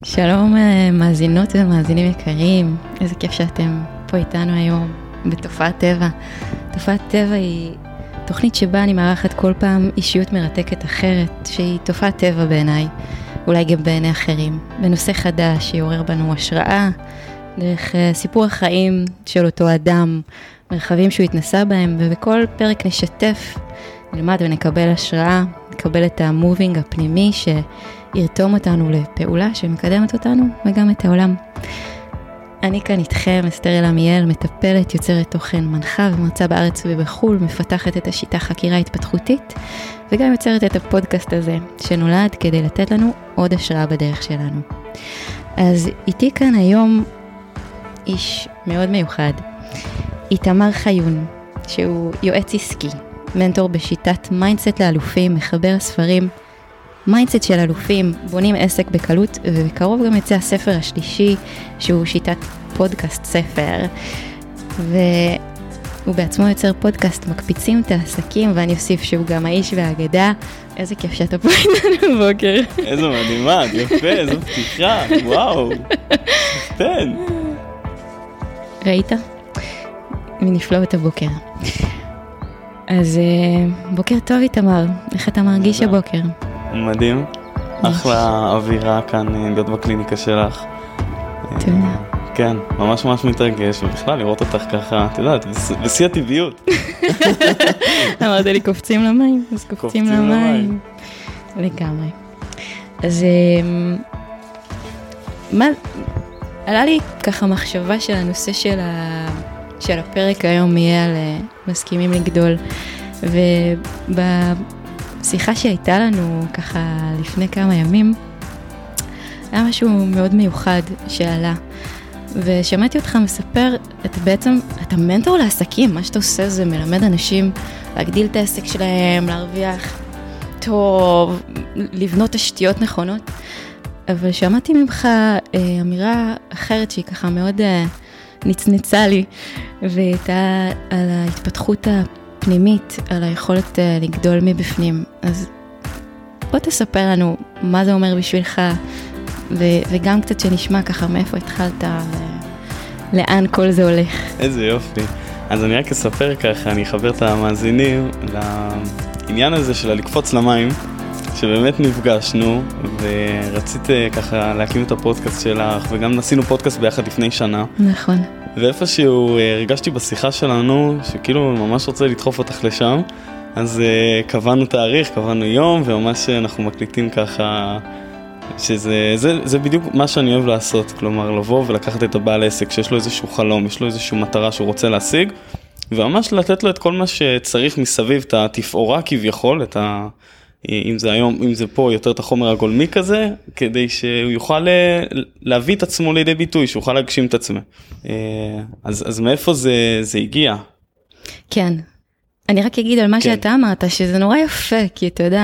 שלום מאזינות ומאזינים יקרים, איזה כיף שאתם פה איתנו היום בתופעת טבע. תופעת טבע היא תוכנית שבה אני מארחת כל פעם אישיות מרתקת אחרת, שהיא תופעת טבע בעיניי, אולי גם בעיני אחרים, בנושא חדש שיעורר בנו השראה, דרך סיפור החיים של אותו אדם, מרחבים שהוא התנסה בהם, ובכל פרק נשתף, נלמד ונקבל השראה, נקבל את המובינג הפנימי שירתום אותנו לפעולה שמקדמת אותנו וגם את העולם. אני כאן איתכם, אסתר אלעמיאל, מטפלת, יוצרת תוכן, מנחה ומרצה בארץ ובחול, מפתחת את השיטה חקירה התפתחותית, וגם יוצרת את הפודקאסט הזה, שנולד כדי לתת לנו עוד השראה בדרך שלנו. אז איתי כאן היום איש מאוד מיוחד, איתמר חיון, שהוא יועץ עסקי, מנטור בשיטת מיינדסט לאלופים, מחבר הספרים, מיינדסט של אלופים, בונים עסק בקלות, ובקרוב גם יצא הספר השלישי, שהוא שיטת פודקאסט ספר, והוא בעצמו יוצר פודקאסט, מקפיצים את העסקים, ואני אוסיף שהוא גם האיש והאגדה. איזה כיף שאתה פה איתנו בבוקר. איזה מדהימה, יפה, איזו פתיחה, וואו, תן. ראית? מנפלאות הבוקר. אז בוקר טוב איתמר, איך אתה מרגיש הבוקר? מדהים, אחלה אווירה כאן להיות בקליניקה שלך. תודה. כן, ממש ממש מתרגש, ובכלל לראות אותך ככה, את יודעת, בשיא הטבעיות. אמרת לי קופצים למים, אז קופצים למים. לגמרי. אז עלה לי ככה מחשבה של הנושא של הפרק היום יהיה על מסכימים לגדול, ובשיחה שהייתה לנו ככה לפני כמה ימים, היה משהו מאוד מיוחד שעלה, ושמעתי אותך מספר, אתה מנטור לעסקים, מה שאתה עושה זה מלמד אנשים להגדיל את העסק שלהם, להרוויח טוב, לבנות תשתיות נכונות, אבל שמעתי ממך אמירה אחרת שהיא ככה מאוד נצנצה לי, והייתה על ההתפתחות הפנימית, על היכולת לגדול מבפנים. אז בוא תספר לנו מה זה אומר בשבילך, וגם קצת שנשמע ככה מאיפה התחלת, לאן כל זה הולך. איזה יופי. אז אני רק אספר ככה, אני אחבר את המאזינים לעניין הזה של לקפוץ למים, שבאמת נפגשנו, ורצית ככה להקים את הפודקאסט שלך, וגם עשינו פודקאסט ביחד לפני שנה. נכון. ואיפשהו הרגשתי בשיחה שלנו, שכאילו ממש רוצה לדחוף אותך לשם, אז קבענו תאריך, קבענו יום, וממש אנחנו מקליטים ככה, שזה בדיוק מה שאני אוהב לעשות, כלומר לבוא ולקחת את הבעל עסק, שיש לו איזשהו חלום, יש לו איזשהו מטרה שהוא רוצה להשיג, וממש לתת לו את כל מה שצריך מסביב, את התפאורה כביכול, אם זה היום, אם זה פה יותר את החומר הגולמי כזה, כדי שהוא יוכל להביא את עצמו לידי ביטוי, שהוא יוכל להגשים את עצמו. אז מאיפה זה הגיע? כן. אני רק אגיד על מה שאתה אמרת, שזה נורא יפה, כי אתה יודע,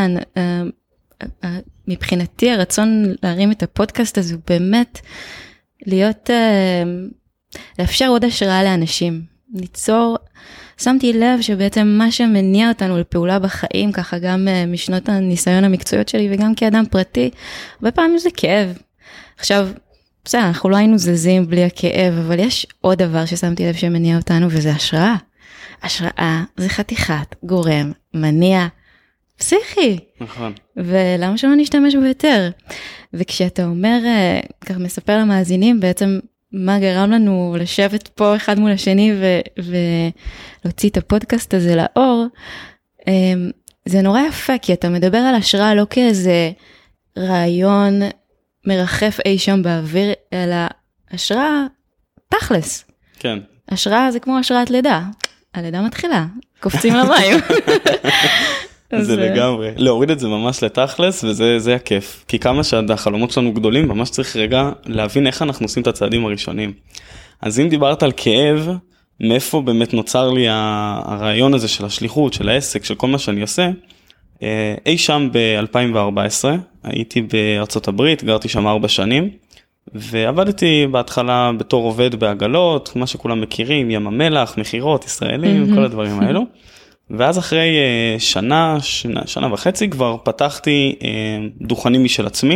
מבחינתי הרצון להרים את הפודקאסט הזה, הוא באמת להיות, לאפשר עוד השראה לאנשים, ליצור, שמתי לב שבעצם מה שמניע אותנו לפעולה בחיים, ככה גם משנות הניסיון המקצועיות שלי, וגם כאדם פרטי, הרבה פעמים זה כאב. עכשיו, בסדר, אנחנו לא היינו זזים בלי הכאב, אבל יש עוד דבר ששמתי לב שמניע אותנו, וזה השראה. השראה זה חתיכת גורם, מניע, פסיכי. נכון. ולמה שלא נשתמש בו יותר? וכשאתה אומר, כך מספר למאזינים, בעצם מה גרם לנו לשבת פה אחד מול השני ולהוציא את הפודקאסט הזה לאור, זה נורא יפה, כי אתה מדבר על השראה לא כאיזה רעיון מרחף אי שם באוויר, אלא השראה תכלס. כן. השראה זה כמו השראת לידה. הלידה מתחילה, קופצים למים. זה לגמרי. להוריד את זה ממש לתכלס, וזה הכיף. כי כמה שהחלומות שלנו גדולים, ממש צריך רגע להבין איך אנחנו עושים את הצעדים הראשונים. אז אם דיברת על כאב, מאיפה באמת נוצר לי הרעיון הזה של השליחות, של העסק, של כל מה שאני עושה, אי שם ב-2014, הייתי בארצות הברית, גרתי שם 4 שנים, ועבדתי בהתחלה בתור עובד בעגלות, מה שכולם מכירים, ים המלח, מחירות, ישראלים, כל הדברים האלו. ואז אחרי שנה וחצי כבר פתחתי דוכנים משל עצמי,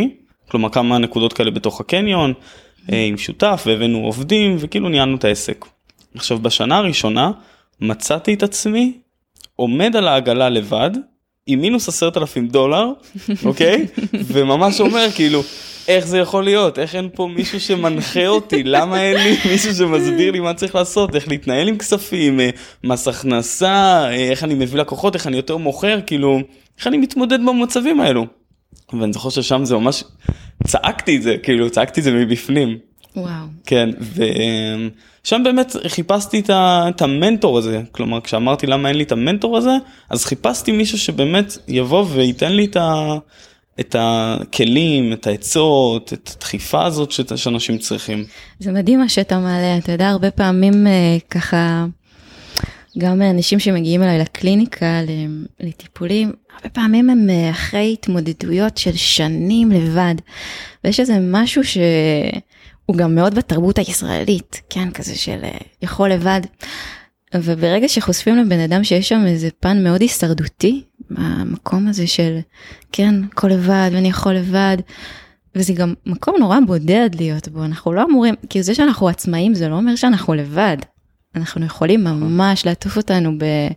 כלומר כמה נקודות כאלה בתוך הקניון, עם שותף, והבאנו עובדים, וכאילו ניהלנו את העסק. עכשיו, בשנה הראשונה, מצאתי את עצמי, עומד על העגלה לבד, עם מינוס $10,000, אוקיי? וממש אומר, כאילו, איך זה יכול להיות? איך אין פה מישהו שמנחה אותי? למה אין לי מישהו שמסביר לי מה צריך לעשות? איך להתנהל עם כספים, מס הכנסה, איך אני מביא לקוחות, איך אני יותר מוכר, כאילו, איך אני מתמודד במצבים האלו? ואני זוכר ששם זה ממש, צעקתי את זה, כאילו, צעקתי את זה מבפנים. וואו. כן, ושם באמת חיפשתי את המנטור הזה, כלומר, כשאמרתי למה אין לי את המנטור הזה, אז חיפשתי מישהו שבאמת יבוא וייתן לי את הכלים, את העצות, את הדחיפה הזאת שאנשים צריכים. זה מדהים מה שאתה מעלה, אתה יודע, הרבה פעמים ככה, גם אנשים שמגיעים אליי לקליניקה, לטיפולים, הרבה פעמים הם אחרי התמודדויות של שנים לבד, ויש איזה משהו שהוא גם מאוד בתרבות הישראלית, כן, כזה של יכול לבד, וברגע שחושפים לבן אדם שיש שם איזה פן מאוד הישרדותי, המקום הזה של, כן, הכל לבד ואני יכול לבד, וזה גם מקום נורא בודד להיות בו, אנחנו לא אמורים, כי זה שאנחנו עצמאים זה לא אומר שאנחנו לבד, אנחנו יכולים ממש לעטוף אותנו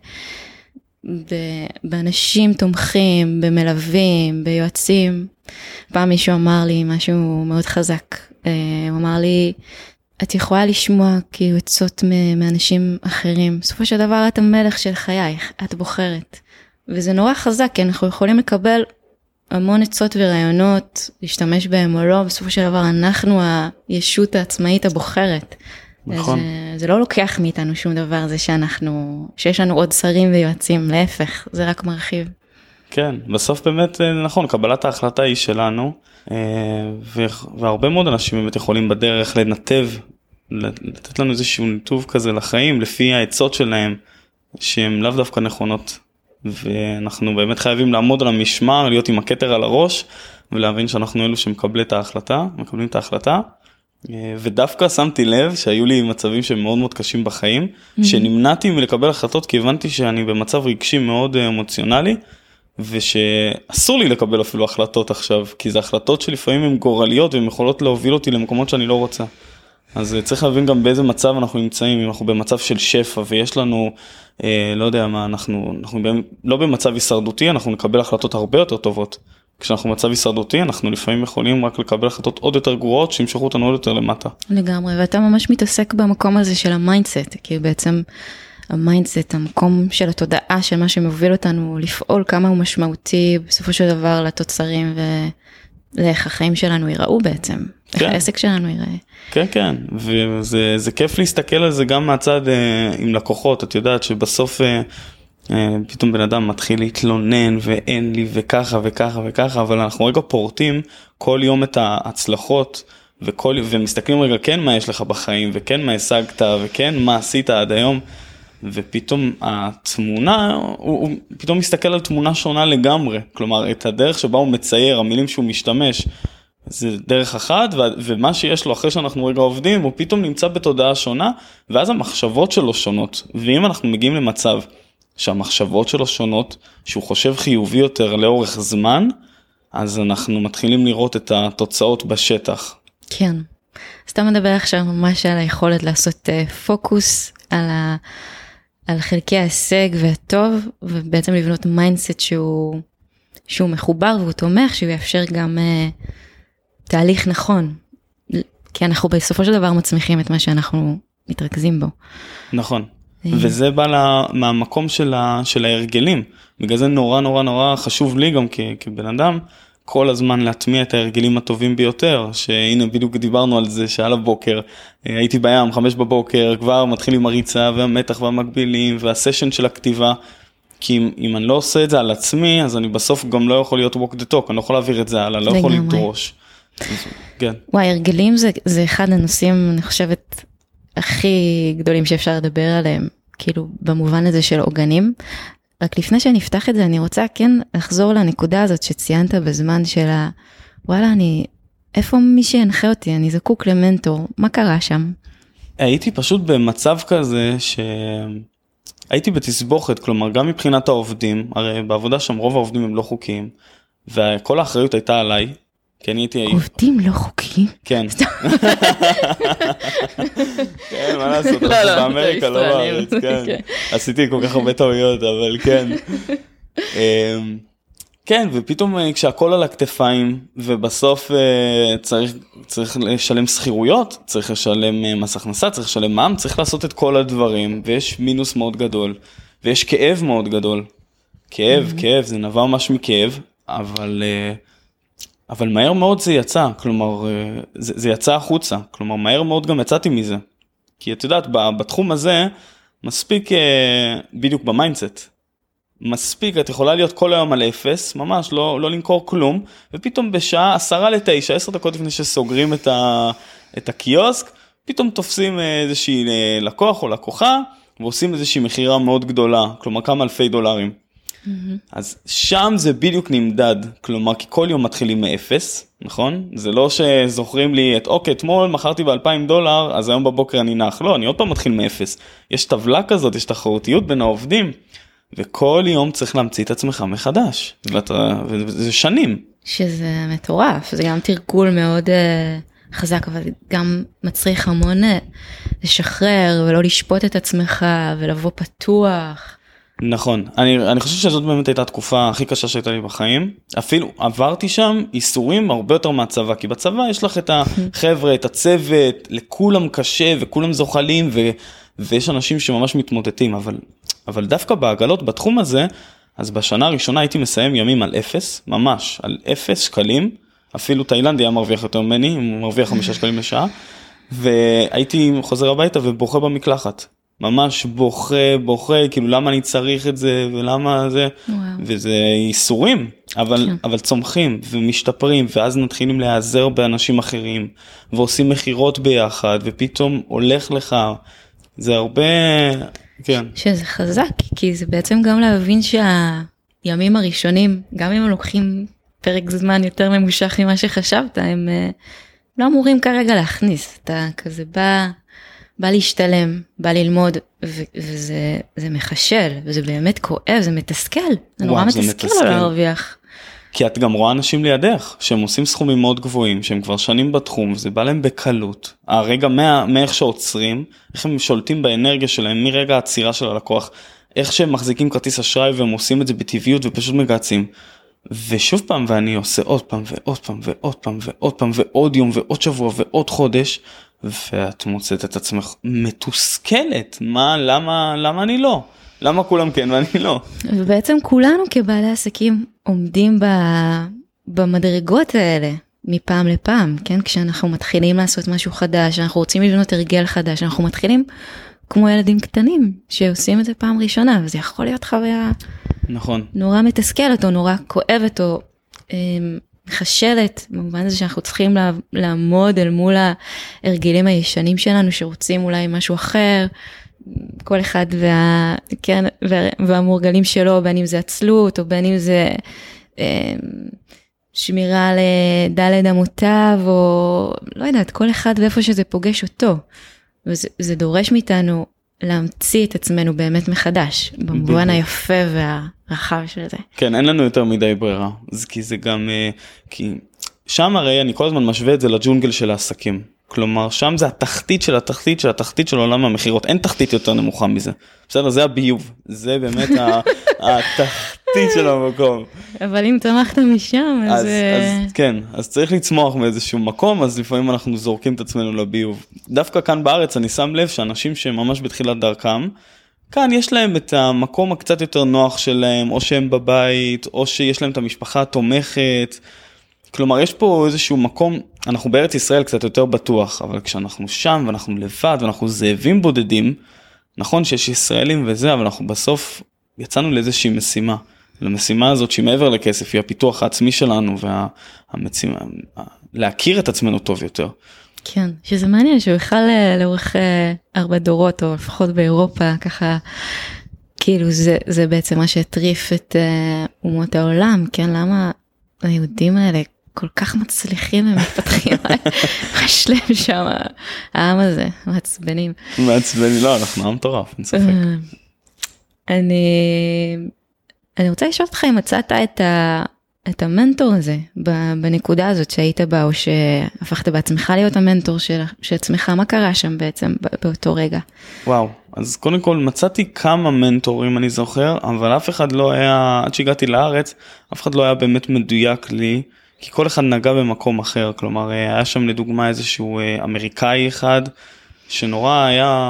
באנשים תומכים, במלווים, ביועצים. פעם מישהו אמר לי משהו מאוד חזק, הוא אמר לי, את יכולה לשמוע כאילו עצות מאנשים אחרים, בסופו של דבר את המלך של חייך, את בוחרת. וזה נורא חזק, כי אנחנו יכולים לקבל המון עצות ורעיונות, להשתמש בהם או לא, בסופו של דבר אנחנו הישות העצמאית הבוחרת. נכון. זה לא לוקח מאיתנו שום דבר, זה שיש לנו עוד שרים ויועצים, להפך, זה רק מרחיב. כן, בסוף באמת נכון, קבלת ההחלטה היא שלנו, והרבה מאוד אנשים באמת יכולים בדרך לנתב, לתת לנו איזשהו ניתוב כזה לחיים, לפי העצות שלהם, שהן לאו דווקא נכונות, ואנחנו באמת חייבים לעמוד על המשמר, להיות עם הכתר על הראש, ולהבין שאנחנו אלו שמקבלים את ההחלטה, ודווקא שמתי לב שהיו לי מצבים שהם מאוד מאוד קשים בחיים, שנמנעתי מלקבל החלטות כי הבנתי שאני במצב רגשי מאוד אמוציונלי, ושאסור לי לקבל אפילו החלטות עכשיו, כי זה החלטות שלפעמים הן גורליות והן יכולות להוביל אותי למקומות שאני לא רוצה. אז צריך להבין גם באיזה מצב אנחנו נמצאים, אם אנחנו במצב של שפע ויש לנו, לא יודע מה, אנחנו לא במצב הישרדותי, אנחנו נקבל החלטות הרבה יותר טובות. כשאנחנו במצב הישרדותי, אנחנו לפעמים יכולים רק לקבל החלטות עוד יותר גרועות, שימשכו אותנו עוד יותר למטה. לגמרי, ואתה ממש מתעסק במקום הזה של המיינדסט, כי בעצם המיינדסט, המקום של התודעה, של מה שמוביל אותנו לפעול, כמה הוא משמעותי, בסופו של דבר לתוצרים ולאיך החיים שלנו ייראו בעצם, איך העסק שלנו ייראה. כן, כן, וזה כיף להסתכל על זה גם מהצד עם לקוחות, את יודעת שבסוף פתאום בן אדם מתחיל להתלונן ואין לי וככה וככה וככה, אבל אנחנו רגע פורטים כל יום את ההצלחות ומסתכלים רגע כן מה יש לך בחיים וכן מה השגת וכן מה עשית עד היום, ופתאום התמונה, הוא פתאום מסתכל על תמונה שונה לגמרי, כלומר את הדרך שבה הוא מצייר, המילים שהוא משתמש, זה דרך אחת, ומה שיש לו אחרי שאנחנו רגע עובדים, הוא פתאום נמצא בתודעה שונה, ואז המחשבות שלו שונות, ואם אנחנו מגיעים למצב שהמחשבות שלו שונות, שהוא חושב חיובי יותר לאורך זמן, אז אנחנו מתחילים לראות את התוצאות בשטח. כן. אז אתה מדבר עכשיו ממש על היכולת לעשות פוקוס על חלקי ההישג והטוב, ובעצם לבנות מיינדסט שהוא מחובר והוא תומך, שהוא יאפשר גם תהליך נכון. כי אנחנו בסופו של דבר מצמיחים את מה שאנחנו מתרכזים בו. נכון. וזה בא מהמקום של ההרגלים. בגלל זה נורא נורא נורא חשוב לי גם כבן אדם, כל הזמן להטמיע את ההרגלים הטובים ביותר, שהנה בדיוק דיברנו על זה שעל הבוקר, הייתי בים 5 בבוקר, כבר מתחיל עם הריצה והמתח והמקבילים והסשן של הכתיבה, כי אם אני לא עושה את זה על עצמי, אז אני בסוף גם לא יכול להיות walk the talk, אני לא יכול להעביר את זה הלאה, לא יכול לדרוש. כן. וואי, הרגלים זה אחד הנושאים, אני חושבת, הכי גדולים שאפשר לדבר עליהם, כאילו במובן הזה של עוגנים. רק לפני שנפתח את זה, אני רוצה כן לחזור לנקודה הזאת שציינת בזמן של וואלה, איפה מי שינחה אותי? אני זקוק למנטור. מה קרה שם? הייתי פשוט במצב כזה הייתי בתסבוכת, כלומר גם מבחינת העובדים, הרי בעבודה שם רוב העובדים הם לא חוקיים, וכל האחריות הייתה עליי, כי אני הייתי... עובדים לא חוקיים? כן. כן, מה לעשות, אנחנו באמריקה, לא בארץ, כן. עשיתי כל כך הרבה טעויות, אבל כן. כן, ופתאום כשהכל על הכתפיים, ובסוף צריך לשלם שכירויות, צריך לשלם מס הכנסה, צריך לשלם מע"מ, צריך לעשות את כל הדברים, ויש מינוס מאוד גדול, ויש כאב מאוד גדול. כאב, זה נבע ממש מכאב, אבל מהר מאוד זה יצא, כלומר, זה יצא החוצה, כלומר, מהר מאוד גם יצאתי מזה. כי את יודעת, בתחום הזה, מספיק בדיוק במיינדסט. מספיק, את יכולה להיות כל היום על אפס, ממש לא למכור כלום, ופתאום בשעה 8:50, 10 דקות לפני שסוגרים את הקיוסק, פתאום תופסים איזושהי לקוח או לקוחה, ועושים איזושהי מחירה מאוד גדולה, כלומר כמה אלפי דולרים. אז שם זה בדיוק נמדד, כלומר כי כל יום מתחילים מאפס, נכון? זה לא שזוכרים לי אוקיי, אתמול מכרתי ב$2,000, אז היום בבוקר אני נח, לא, אני עוד פעם מתחיל מאפס. יש טבלה כזאת, יש תחרותיות בין העובדים, וכל יום צריך להמציא את עצמך מחדש, וזה שנים. שזה מטורף, זה גם תרגול מאוד חזק, אבל גם מצריך המון לשחרר ולא לשפוט את עצמך ולבוא פתוח. נכון, אני חושב שזאת באמת הייתה התקופה הכי קשה שהייתה לי בחיים, אפילו עברתי שם איסורים הרבה יותר מהצבא, כי בצבא יש לך את החבר'ה, את הצוות, לכולם קשה וכולם זוחלים, ויש אנשים שממש מתמוטטים, אבל דווקא בעגלות בתחום הזה, אז בשנה הראשונה הייתי מסיים ימים על 0, ממש, על 0 שקלים, אפילו תאילנדי היה מרוויח יותר ממני, הוא מרוויח 5 שקלים לשעה, והייתי חוזר הביתה ובוכה במקלחת. ממש בוכה, כאילו למה אני צריך את זה, ולמה זה, וזה איסורים, אבל צומחים ומשתפרים, ואז נתחילים להיעזר באנשים אחרים, ועושים מחירות ביחד, ופתאום הולך לך, זה הרבה, כן. שזה חזק, כי זה בעצם גם להבין שהימים הראשונים, גם אם הם לוקחים פרק זמן יותר ממושך ממה שחשבת, הם לא אמורים כרגע להכניס, אתה כזה בא להשתלם, בא ללמוד, וזה מחשל, וזה באמת כואב, זה מתסכל, זה נורא מתסכל לא להרוויח. כי את גם רואה אנשים לידך, שהם עושים סכומים מאוד גבוהים, שהם כבר שנים בתחום, וזה בא להם בקלות. הרגע מאיך שעוצרים, איך הם שולטים באנרגיה שלהם, מרגע העצירה של הלקוח, איך שהם מחזיקים כרטיס אשראי, והם עושים את זה בטבעיות ופשוט מגעצים. ושוב פעם, ואני עושה עוד פעם, ועוד פעם, ועוד פעם, ועוד פעם, ועוד יום, ועוד שבוע, ועוד חודש, ואת מוצאת את עצמך מתוסכלת. למה אני לא? למה כולם כן ואני לא? ובעצם כולנו כבעלי עסקים עומדים במדרגות האלה מפעם לפעם, כן? כשאנחנו מתחילים לעשות משהו חדש, אנחנו רוצים לבנות הרגל חדש, אנחנו מתחילים כמו ילדים קטנים שעושים את זה פעם ראשונה, וזה יכול להיות חוויה נכון. נורא מתסכלת או נורא כואבת או מחשלת, במובן הזה שאנחנו צריכים לעמוד אל מול ההרגלים הישנים שלנו שרוצים אולי משהו אחר, כל אחד והמורגלים שלו, בין אם זה עצלות, או בין אם זה שמירה לדלת אמותיו, או לא יודעת, כל אחד ואיפה שזה פוגש אותו. וזה דורש מאיתנו להמציא את עצמנו באמת מחדש, במובן היפה והרחב של זה. כן, אין לנו יותר מדי ברירה, כי זה גם, כי שם הרי אני כל הזמן משווה את זה לג'ונגל של העסקים. כלומר, שם זה התחתית של התחתית של התחתית של עולם המחירות. אין תחתית יותר נמוכה מזה. בסדר, זה הביוב. זה באמת התחתית של המקום. אבל אם תמכת משם, אז כן, אז צריך לצמוח מאיזשהו מקום, אז לפעמים אנחנו זורקים את עצמנו לביוב. דווקא כאן בארץ אני שם לב שאנשים שממש בתחילת דרכם, כאן יש להם את המקום הקצת יותר נוח שלהם, או שהם בבית, או שיש להם את המשפחה התומכת. כלומר, יש פה איזשהו מקום, אנחנו בארץ ישראל קצת יותר בטוח, אבל כשאנחנו שם ואנחנו לבד ואנחנו זאבים בודדים, נכון שיש ישראלים וזה, אבל אנחנו בסוף יצאנו לאיזושהי משימה. למשימה הזאת שהיא מעבר לכסף, היא הפיתוח העצמי שלנו, והמשימה, להכיר את עצמנו טוב יותר. כן, שזה מעניין, שבכלל לאורך 4 דורות, או לפחות באירופה, ככה, כאילו זה בעצם מה שהטריף את אומות העולם, כן? למה היהודים האלה כל כך מצליחים ומתפתחים, יש להם שם, העם הזה, מעצבנים. מעצבנים, לא, אנחנו עם טורף, אין ספק. אני רוצה לשאול אותך אם מצאת את המנטור הזה בנקודה הזאת שהיית בה, או שהפכת בעצמך להיות המנטור של עצמך, מה קרה שם בעצם באותו רגע? וואו, אז קודם כל מצאתי כמה מנטורים אני זוכר, אבל אף אחד לא היה, עד שהגעתי לארץ, אף אחד לא היה באמת מדויק לי, כי כל אחד נגע במקום אחר, כלומר היה שם לדוגמה איזשהו אמריקאי אחד, שנורא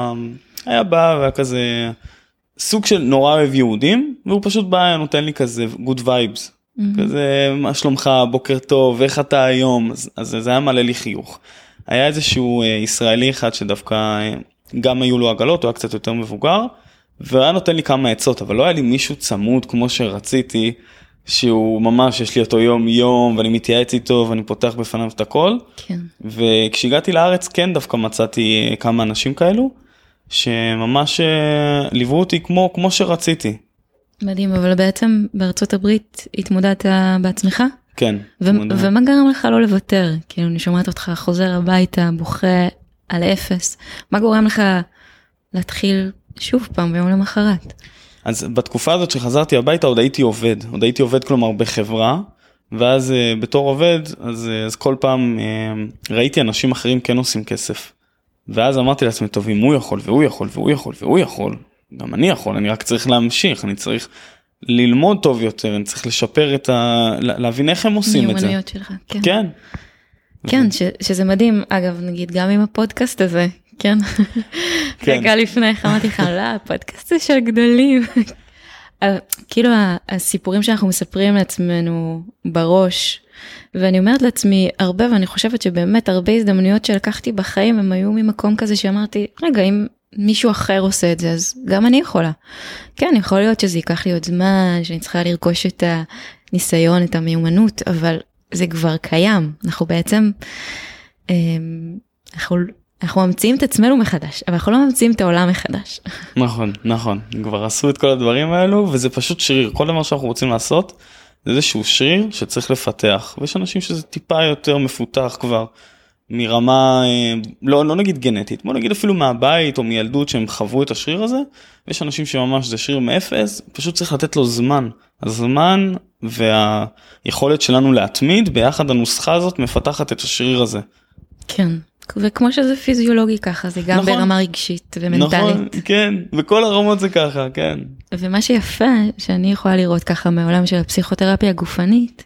היה בא והיה כזה סוג של נורא אוהב יהודים, והוא פשוט בא, היה נותן לי כזה good vibes, כזה מה שלומך, בוקר טוב, איך אתה היום, אז זה היה מלא לי חיוך. היה איזשהו ישראלי אחד שדווקא גם היו לו עגלות, הוא היה קצת יותר מבוגר, והיה נותן לי כמה עצות, אבל לא היה לי מישהו צמוד כמו שרציתי, שהוא ממש, יש לי אותו יום, ואני מתייעץ איתו, ואני פותח בפניו את הכל. כן. וכשהגעתי לארץ, כן, דווקא מצאתי כמה אנשים כאלו, שממש ליוו אותי כמו שרציתי. מדהים, אבל בעצם בארצות הברית התמודדת בעצמך? כן. ומה גרם לך לא לוותר? כאילו, אני שומעת אותך חוזר הביתה, בוכה על אפס. מה גורם לך להתחיל שוב פעם ביום למחרת? אז בתקופה הזאת שחזרתי הביתה עוד הייתי עובד כלומר בחברה, ואז בתור עובד, אז כל פעם ראיתי אנשים אחרים כן עושים כסף. ואז אמרתי לעצמי, טוב, אם הוא יכול, והוא יכול, והוא יכול, והוא יכול, גם אני יכול, אני רק צריך להמשיך, אני צריך ללמוד טוב יותר, אני צריך לשפר להבין איך הם עושים את זה. מיומנויות שלך, כן. כן. כן, שזה מדהים, אגב, נגיד, גם עם הפודקאסט הזה, כן? רגע לפני, איך אמרתי לך, לא, הפודקאסט זה של גדולים. כאילו, הסיפורים שאנחנו מספרים לעצמנו בראש, ואני אומרת לעצמי הרבה, ואני חושבת שבאמת הרבה הזדמנויות שלקחתי בחיים, הם היו ממקום כזה שאמרתי, רגע, אם מישהו אחר עושה את זה, אז גם אני יכולה. כן, יכול להיות שזה ייקח לי עוד זמן, שאני צריכה לרכוש את הניסיון, את המיומנות, אבל זה כבר קיים. אנחנו בעצם, אנחנו ממציאים את עצמנו מחדש, אבל אנחנו לא ממציאים את העולם מחדש. נכון. כבר עשו את כל הדברים האלו, וזה פשוט שריר. כל דבר שאנחנו רוצים לעשות, זה איזשהו שריר שצריך לפתח. ויש אנשים שזה טיפה יותר מפותח כבר, מרמה, לא נגיד גנטית, בוא נגיד אפילו מהבית או מילדות שהם חוו את השריר הזה, ויש אנשים שממש זה שריר מאפס, פשוט צריך לתת לו זמן. הזמן והיכולת שלנו להתמיד, ביחד הנוסחה הזאת מפתחת את השריר הזה. כן. וכמו שזה פיזיולוגי ככה, זה גם ברמה רגשית ומנטלית. נכון, כן, בכל הרמות זה ככה, כן. ומה שיפה, שאני יכולה לראות ככה מעולם של הפסיכותרפיה הגופנית,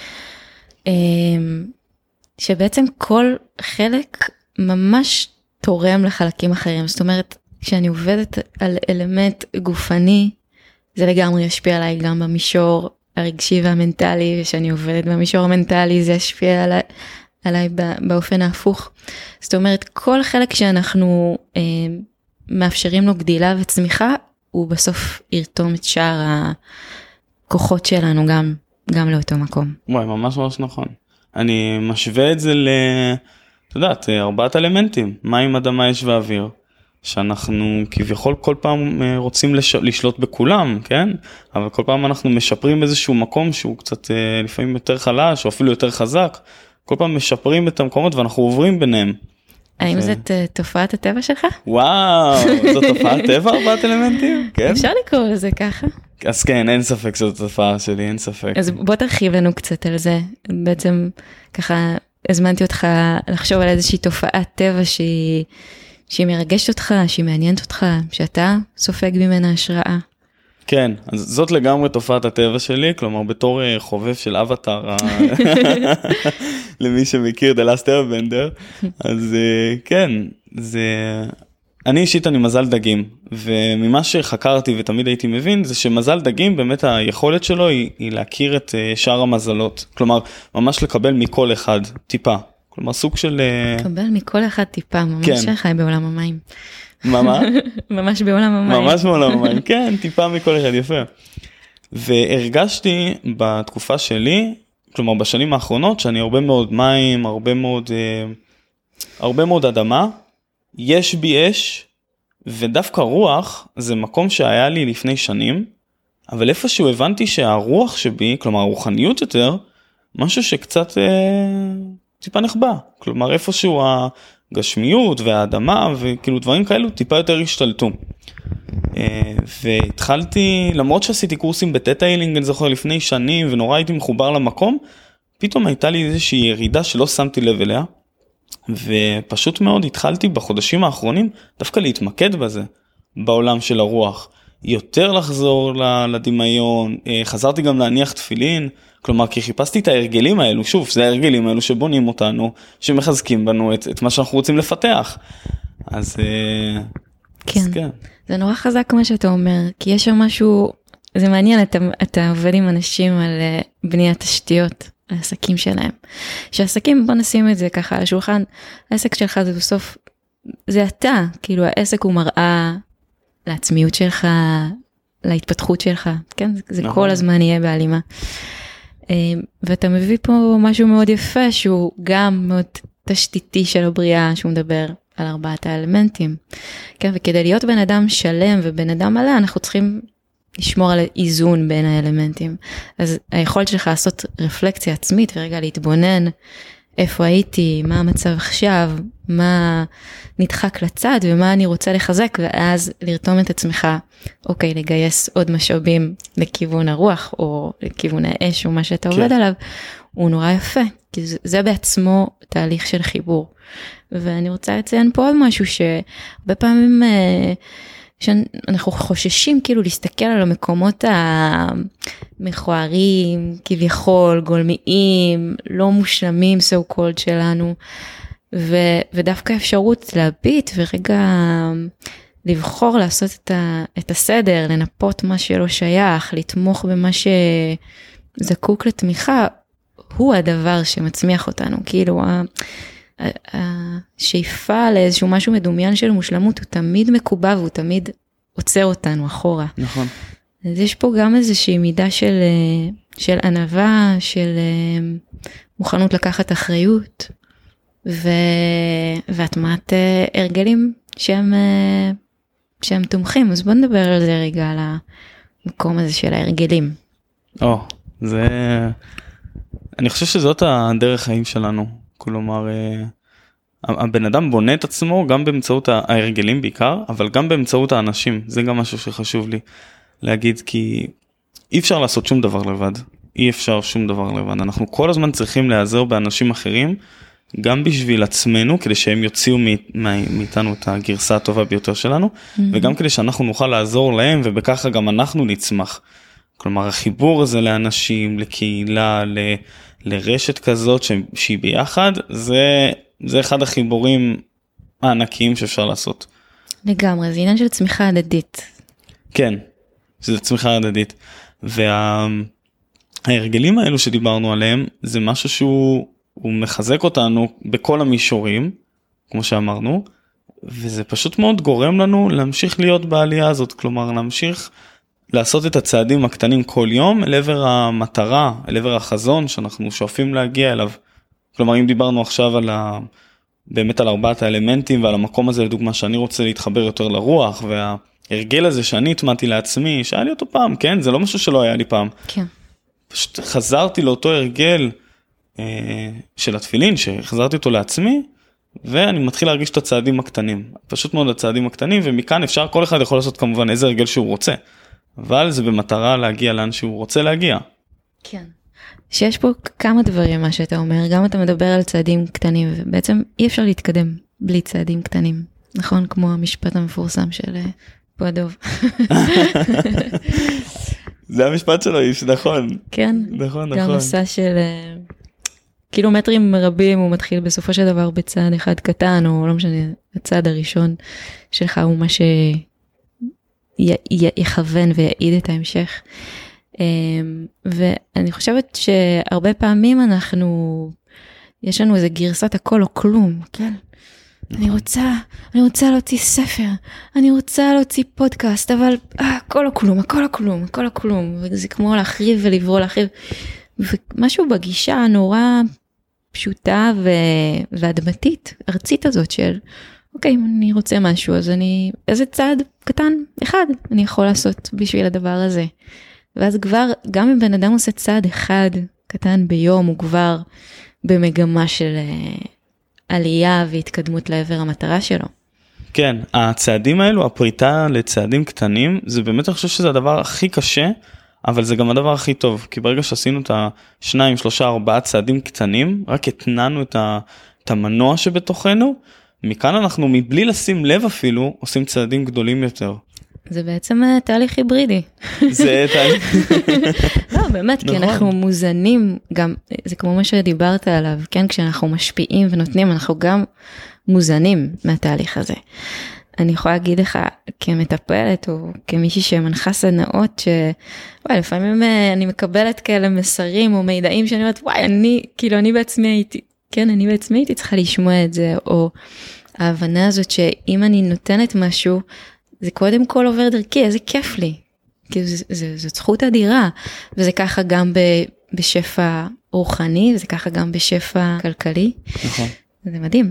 שבעצם כל חלק ממש תורם לחלקים אחרים. זאת אומרת, כשאני עובדת על אלמנט גופני, זה לגמרי ישפיע עליי גם במישור הרגשי והמנטלי, ושאני עובדת במישור המנטלי, זה ישפיע עליי באופן ההפוך. זאת אומרת, כל חלק שאנחנו מאפשרים לו גדילה וצמיחה, הוא בסוף ירתום את שאר הכוחות שלנו גם לאותו מקום. וואי, ממש נכון. אני משווה את זה אתה יודעת, 4 אלמנטים, מים, אדמה, אש ואוויר, שאנחנו כביכול כל פעם רוצים לשלוט בכולם, כן? אבל כל פעם אנחנו משפרים איזשהו מקום שהוא קצת לפעמים יותר חלש, או אפילו יותר חזק, כל פעם משפרים את המקומות ואנחנו עוברים ביניהם. האם זאת תופעת הטבע שלך? וואו, זאת תופעת טבע 4 אלמנטים? כן. אפשר לקרוא לזה ככה? אז כן, אין ספק שזאת תופעה שלי, אין ספק. אז בוא תרחיב לנו קצת על זה. בעצם ככה הזמנתי אותך לחשוב על איזושהי תופעת טבע שהיא מרגשת אותך, שהיא מעניינת אותך, שאתה סופג ממנה השראה. כן, אז זאת לגמרי תופעת הטבע שלי, כלומר בתור חובב של אבטר, למי שמכיר The Last Airbender, אז כן, אני אישית אני מזל דגים, וממה שחקרתי ותמיד הייתי מבין, זה שמזל דגים באמת היכולת שלו היא להכיר את שאר המזלות, כלומר ממש לקבל מכל אחד טיפה, כלומר סוג של... לקבל מכל אחד טיפה, ממש חי בעולם המים. מה? ממש בעולם המים. ממש בעולם המים, כן, טיפה מכל אחד, יפה. והרגשתי בתקופה שלי, כלומר בשנים האחרונות, שאני הרבה מאוד מים, הרבה מאוד אדמה, יש בי אש, ודווקא רוח, זה מקום שהיה לי לפני שנים, אבל איפשהו הבנתי שהרוח שבי, כלומר הרוחניות יותר, משהו שקצת טיפה נחבא. כלומר איפשהו הגשמיות והאדמה וכאילו דברים כאלו טיפה יותר השתלטו. והתחלתי, למרות שעשיתי קורסים בטטה הילינג, אני זוכר לפני שנים ונורא הייתי מחובר למקום, פתאום הייתה לי איזושהי ירידה שלא שמתי לב אליה, ופשוט מאוד התחלתי בחודשים האחרונים דווקא להתמקד בזה, בעולם של הרוח, יותר לחזור לדמיון, חזרתי גם להניח תפילין, כלומר כי חיפשתי את ההרגלים האלו, שוב זה ההרגלים האלו שבונים אותנו, שמחזקים בנו את מה שאנחנו רוצים לפתח, אז כן. אז כן. זה נורא חזק מה שאתה אומר, כי יש שם משהו, זה מעניין, אתה עובד עם אנשים על בניית תשתיות, העסקים שלהם. שהעסקים, בוא נשים את זה ככה על השולחן, העסק שלך זה בסוף, זה אתה, כאילו העסק הוא מראה לעצמיות שלך, להתפתחות שלך, כן? זה נכון. כל הזמן יהיה בהלימה. ואתה מביא פה משהו מאוד יפה, שהוא גם מאוד תשתיתי של הבריאה, שהוא מדבר על 4 האלמנטים. כן, וכדי להיות בן אדם שלם ובן אדם מלא, אנחנו צריכים לשמור על איזון בין האלמנטים. אז היכולת שלך לעשות רפלקציה עצמית ורגע להתבונן איפה הייתי, מה המצב עכשיו, מה נדחק לצד ומה אני רוצה לחזק, ואז לרתום את עצמך, אוקיי, לגייס עוד משאבים לכיוון הרוח או לכיוון האש או מה שאתה עובד עליו, הוא נורא יפה, כי זה בעצמו תהליך של חיבור. ואני רוצה לציין פה עוד משהו שהרבה פעמים שאנחנו חוששים כאילו להסתכל על המקומות המכוערים, כביכול, גולמיים, לא מושלמים so called שלנו, ודווקא אפשרות להביט ורגע לבחור לעשות את הסדר, לנפות מה שלא שייך, לתמוך במה שזקוק לתמיכה, הוא הדבר שמצמיח אותנו, כאילו השאיפה לאיזשהו משהו מדומיין של מושלמות, הוא תמיד מקובע והוא תמיד עוצר אותנו אחורה. נכון. אז יש פה גם איזושהי מידה של ענווה, של מוכנות לקחת אחריות, והטמעת הרגלים שהם תומכים. אז בוא נדבר על זה רגע, על המקום הזה של ההרגלים. אני חושב שזאת הדרך חיים שלנו. כלומר, הבן אדם בונה את עצמו גם באמצעות ההרגלים בעיקר, אבל גם באמצעות האנשים. זה גם משהו שחשוב לי להגיד, כי אי אפשר לעשות שום דבר לבד. אי אפשר שום דבר לבד. אנחנו כל הזמן צריכים להיעזר באנשים אחרים, גם בשביל עצמנו, כדי שהם יוציאו מאיתנו את הגרסה הטובה ביותר שלנו, וגם כדי שאנחנו נוכל לעזור להם, ובככה גם אנחנו נצמח. כלומר, החיבור הזה לאנשים, לקהילה, לרשת כזאת שהיא ביחד, זה אחד החיבורים הענקיים שאפשר לעשות. לגמרי, זה עניין של צמיחה הדדית. כן, זה צמיחה הדדית. וההרגלים האלו שדיברנו עליהם, זה משהו שהוא מחזק אותנו בכל המישורים, כמו שאמרנו, וזה פשוט מאוד גורם לנו להמשיך להיות בעלייה הזאת, כלומר להמשיך לעשות את הצעדים הקטנים כל יום, אל עבר המטרה, אל עבר החזון שאנחנו שואפים להגיע אליו. כלומר, אם דיברנו עכשיו באמת על 4 האלמנטים ועל המקום הזה, לדוגמה שאני רוצה להתחבר יותר לרוח, וההרגל הזה שאני התמדתי לעצמי, שהיה לי אותו פעם, כן? זה לא משהו שלא היה לי פעם. כן. פשוט חזרתי לאותו הרגל של התפילין, שחזרתי אותו לעצמי, ואני מתחיל להרגיש את הצעדים הקטנים. פשוט מאוד הצעדים הקטנים, ומכאן אפשר, כל אחד יכול לעשות כמובן איזה הרגל שהוא רוצה. אבל זה במטרה להגיע לאן שהוא רוצה להגיע. כן. שיש פה כמה דברים מה שאתה אומר, גם אתה מדבר על צעדים קטנים, ובעצם אי אפשר להתקדם בלי צעדים קטנים, נכון? כמו המשפט המפורסם של פועדוב. זה המשפט שלו, איש, נכון. כן. נכון. גם מסע של קילומטרים רבים, הוא מתחיל בסופו של דבר בצעד אחד קטן, או לא משנה, הצעד הראשון שלך הוא מה יכוון ויעיד את ההמשך. ואני חושבת שהרבה פעמים יש לנו איזה גרסת הכל או כלום, כן? אני רוצה להוציא ספר, אני רוצה להוציא פודקאסט, אבל הכל או כלום, וזה כמו להחריב ולברוא להחריב, ומשהו בגישה הנורא פשוטה ואדמתית, ארצית הזאת של, אוקיי, אם אני רוצה משהו, אז איזה צעד קטן אחד אני יכול לעשות בשביל הדבר הזה. ואז כבר, גם אם בן אדם עושה צעד אחד קטן ביום, הוא כבר במגמה של עלייה והתקדמות לעבר המטרה שלו. כן, הצעדים האלו, הפריטה לצעדים קטנים, זה באמת, אני חושב שזה הדבר הכי קשה, אבל זה גם הדבר הכי טוב, כי ברגע שעשינו את 2, 3, 4 צעדים קטנים, רק התנענו את המנוע שבתוכנו, מכאן אנחנו מבלי לשים לב אפילו, עושים צעדים גדולים יותר. זה בעצם תהליך היברידי. זה תהליך. לא, באמת, כי אנחנו מוזנים, גם, זה כמו מה שדיברת עליו, כן, כשאנחנו משפיעים ונותנים, אנחנו גם מוזנים מהתהליך הזה. אני יכולה להגיד לך, כמטפלת, או כמישהי שמנחה סדנאות, וואי, לפעמים אני מקבלת כאלה מסרים, או מידעים שאני אומרת, וואי, אני בעצמי הייתי, כן, אני בעצמי הייתי צריכה לשמוע את זה, או ההבנה הזאת שאם אני נותנת משהו, זה קודם כל עובר דרכי, איזה כיף לי. כאילו, זו זכות אדירה, וזה ככה גם בשפע רוחני, וזה ככה גם בשפע כלכלי. נכון. זה מדהים.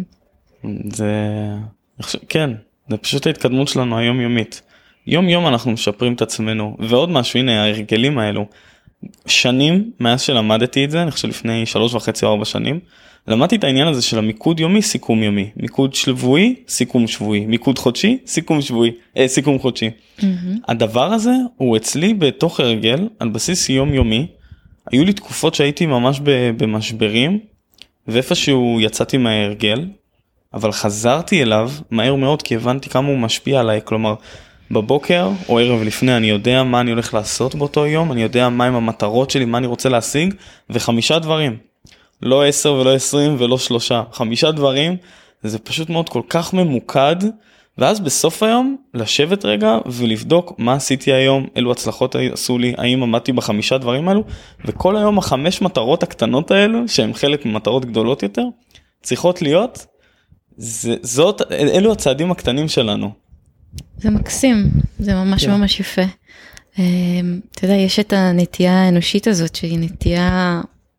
כן, זה פשוט ההתקדמות שלנו היומיומית. יום יום אנחנו משפרים את עצמנו, ועוד משהו, הנה ההרגלים האלו. שנים מאז שלמדתי את זה, אני חושב לפני 3.5 או 4 שנים, למדתי את העניין הזה של המיקוד יומי, סיכום יומי, מיקוד שבועי, סיכום שבועי, מיקוד חודשי, סיכום חודשי. הדבר הזה הוא אצלי בתוך הרגל, על בסיס יומיומי, היו לי תקופות שהייתי ממש במשברים, ואיפשהו יצאתי מההרגל, אבל חזרתי אליו מהר מאוד, כי הבנתי כמה הוא משפיע עליי, כלומר, בבוקר או ערב לפני אני יודע מה אני הולך לעשות באותו יום, אני יודע מה עם המטרות שלי, מה אני רוצה להשיג, ו5 דברים. לא 10 ולא 20 ולא 3, 5 דברים, זה פשוט מאוד כל כך ממוקד, ואז בסוף היום לשבת רגע ולבדוק מה עשיתי היום, אילו הצלחות עשו לי, האם עמדתי ב5 דברים האלו, וכל היום 5 מטרות הקטנות האלו, שהן חלק ממטרות גדולות יותר, צריכות להיות, אלו הצעדים הקטנים שלנו. זה מקסים, זה ממש ממש יפה. אתה יודע, יש את הנטייה האנושית הזאת, שהיא נטייה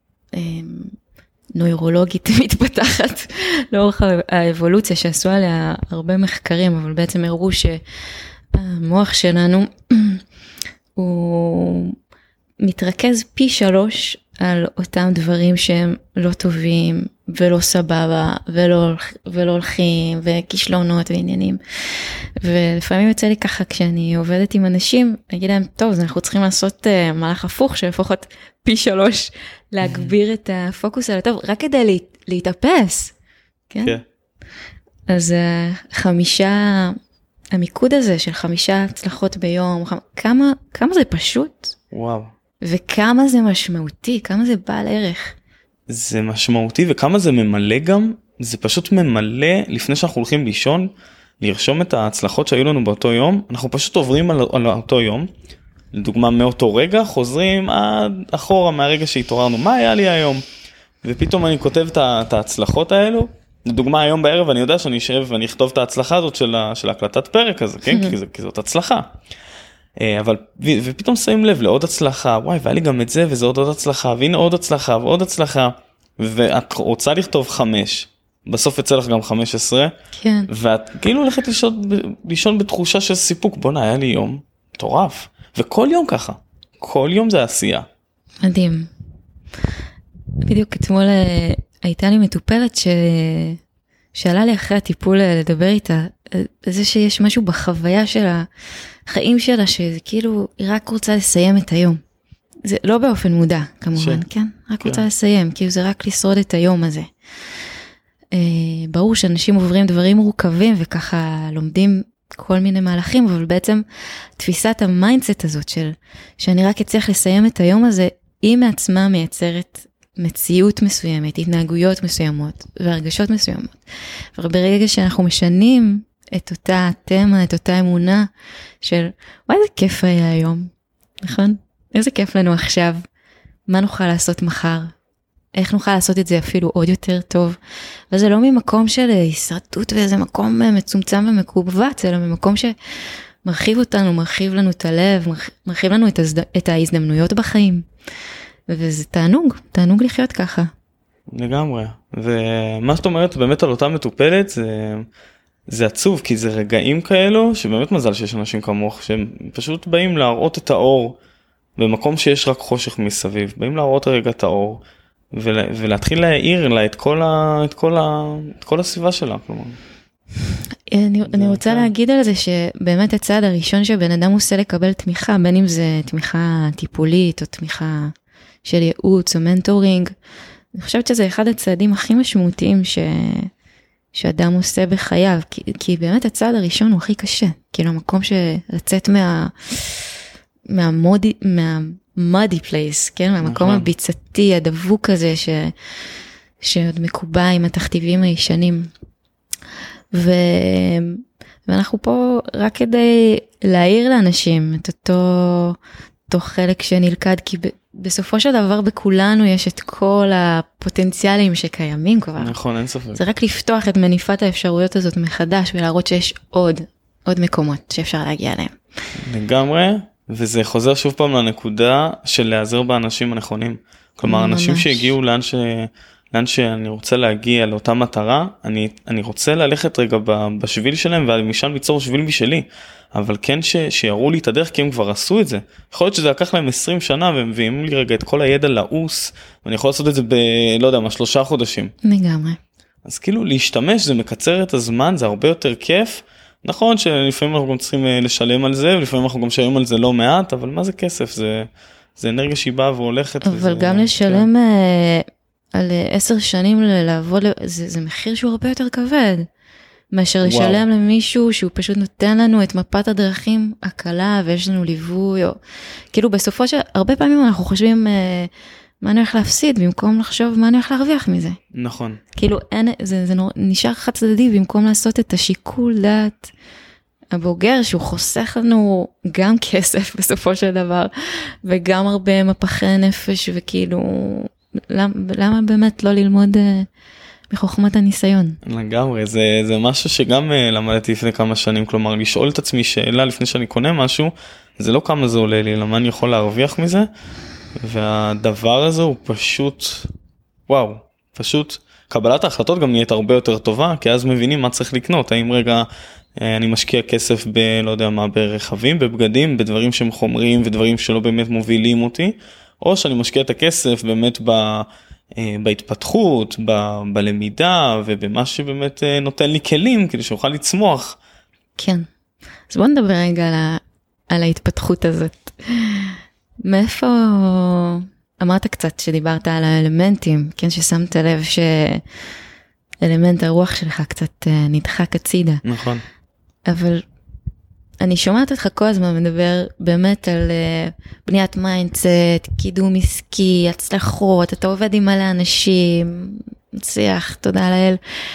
נוירולוגית מתפתחת לאורך האבולוציה, שעשו עליה הרבה מחקרים, אבל בעצם הראו שהמוח שלנו הוא מתרכז פי 3 על אותם דברים שהם לא טובים ולא סבבה ולא הולכים וכישלונות ועניינים. ולפעמים יוצא לי ככה כשאני עובדת עם אנשים, אני אגיד להם, טוב, אז אנחנו צריכים לעשות מהלך הפוך שלפחות פי 3 להגביר את הפוקוס על הטוב, רק כדי להתאפס. כן? אז 5, המיקוד הזה של 5 הצלחות ביום, כמה זה פשוט? וואו. וכמה זה משמעותי, כמה זה בעל ערך. זה משמעותי וכמה זה ממלא גם, זה פשוט ממלא לפני שאנחנו הולכים לישון, לרשום את ההצלחות שהיו לנו באותו יום, אנחנו פשוט עוברים על אותו יום, לדוגמה מאותו רגע, חוזרים עד אחורה מהרגע שהתעוררנו, מה היה לי היום? ופתאום אני כותב את ההצלחות האלו, לדוגמה היום בערב אני יודע שאני אשב ואני אכתוב את ההצלחה הזאת של הקלטת פרק הזה, כן? כי זאת הצלחה. אבל, ופתאום שמים לב לעוד הצלחה, וואי, והיה לי גם את זה, וזה עוד הצלחה, והנה עוד הצלחה, ועוד הצלחה, ואת רוצה לכתוב 5, בסוף יצא לך גם 15, כן. ואת כאילו הולכת לישון בתחושה של סיפוק, בונה, היה לי יום מטורף, וכל יום ככה, כל יום זה עשייה. מדהים. בדיוק אתמול הייתה לי מטופלת שעלה לי אחרי הטיפול לדבר איתה, זה שיש משהו בחוויה של החיים שלה, שזה כאילו, היא רק רוצה לסיים את היום. זה לא באופן מודע, כמובן, כן? רק רוצה לסיים, כאילו זה רק לשרוד את היום הזה. ברור שאנשים עוברים דברים מורכבים, וככה לומדים כל מיני מהלכים, אבל בעצם תפיסת המיינדסט הזאת של, שאני רק אצליח לסיים את היום הזה, היא מעצמה מייצרת מציאות מסוימת, התנהגויות מסוימות, והרגשות מסוימות. וברגע שאנחנו משנים את אותה תמה, את אותה אמונה של, וואי, איזה כיף היה היום, נכון? איזה כיף לנו עכשיו, מה נוכל לעשות מחר? איך נוכל לעשות את זה אפילו עוד יותר טוב? וזה לא ממקום של הישרדות ואיזה מקום מצומצם ומקובץ, אלא ממקום שמרחיב אותנו, מרחיב לנו את הלב, מרחיב לנו את ההזדמנויות בחיים. וזה תענוג לחיות ככה. לגמרי. ומה שאת אומרת באמת על אותה מטופלת, זה עצוב, כי זה רגעים כאלו, שבאמת מזל שיש אנשים כמוך, שהם פשוט באים להראות את האור, במקום שיש רק חושך מסביב, באים להראות רגע את האור, ולהתחיל להעיר לה את כל הסביבה שלה, כלומר. אני רוצה להגיד על זה שבאמת הצעד הראשון שבן אדם עושה לקבל תמיכה, בין אם זה תמיכה טיפולית או תמיכה של ייעוץ או מנטורינג, אני חושבת שזה אחד הצעדים הכי משמעותיים שאדם עושה בחייו, כי באמת הצעד הראשון הוא הכי קשה, כאילו המקום לצאת מהמודי פלייס, כן? מהמקום הביצתי, הדבוק הזה שעוד מקובע עם התכתיבים הישנים. ואנחנו פה רק כדי להעיר לאנשים את אותו חלק שנלכד, כי בסופו של דבר בכולנו יש את כל הפוטנציאלים שקיימים כבר. נכון, אין ספק. זה רק לפתוח את מניפת האפשרויות הזאת מחדש, ולהראות שיש עוד מקומות שאפשר להגיע אליהם. לגמרי, וזה חוזר שוב פעם לנקודה של להיעזר באנשים הנכונים. כלומר, אנשים שהגיעו לאן שאני רוצה להגיע לאותה מטרה, אני רוצה ללכת רגע בשביל שלהם, ומשם ליצור שביל משלי, אבל כן שיראו לי את הדרך, כי הם כבר עשו את זה. יכול להיות שזה לקח להם 20 שנה, והם מביאים לי רגע את כל הידע לעוס, ואני יכול לעשות את זה לא יודע מה, 3 חודשים. לגמרי. אז כאילו להשתמש, זה מקצר את הזמן, זה הרבה יותר כיף. נכון שלפעמים אנחנו גם צריכים לשלם על זה, ולפעמים אנחנו גם משלמים על זה לא מעט, אבל מה זה כסף? זה אנרגיה שהיא באה והולכת. אבל גם לשלם על 10 שנים לעבוד, זה מחיר שהוא הרבה יותר כבד, מאשר לשלם למישהו שהוא פשוט נותן לנו את מפת הדרכים הקלה, ויש לנו ליווי, או כאילו בסופו של הרבה פעמים אנחנו חושבים מה אני הולך להפסיד, במקום לחשוב מה אני הולך להרוויח מזה. נכון. כאילו זה נשאר חד צדדי, במקום לעשות את השיקול דעת הבוגר, שהוא חוסך לנו גם כסף בסופו של דבר, וגם הרבה מפחי נפש, וכאילו למה באמת לא ללמוד מחוכמת הניסיון? לגמרי, זה משהו שגם למדתי לפני כמה שנים, כלומר לשאול את עצמי שאלה לפני שאני קונה משהו, זה לא כמה זה עולה לי, למה אני יכול להרוויח מזה, והדבר הזה הוא פשוט, וואו, פשוט קבלת ההחלטות גם נהיית הרבה יותר טובה, כי אז מבינים מה צריך לקנות, האם רגע אני משקיע כסף לא יודע מה, ברכבים, בבגדים, בדברים שהם חומריים ודברים שלא באמת מובילים אותי, או שאני משקיע את הכסף באמת בהתפתחות, בלמידה, ובמה שבאמת נותן לי כלים, כדי שאוכל לצמוח. כן. אז בוא נדבר רגע על ההתפתחות הזאת. מאיפה, אמרת קצת שדיברת על האלמנטים, כן, ששמת לב שאלמנט הרוח שלך קצת נדחק הצידה. נכון. אבל אני שומעת אותך כל הזמן מדבר באמת על בניית מיינדסט, קידום עסקי, הצלחות, אתה עובד עם מלא אנשים, מצליח, תודה לאל.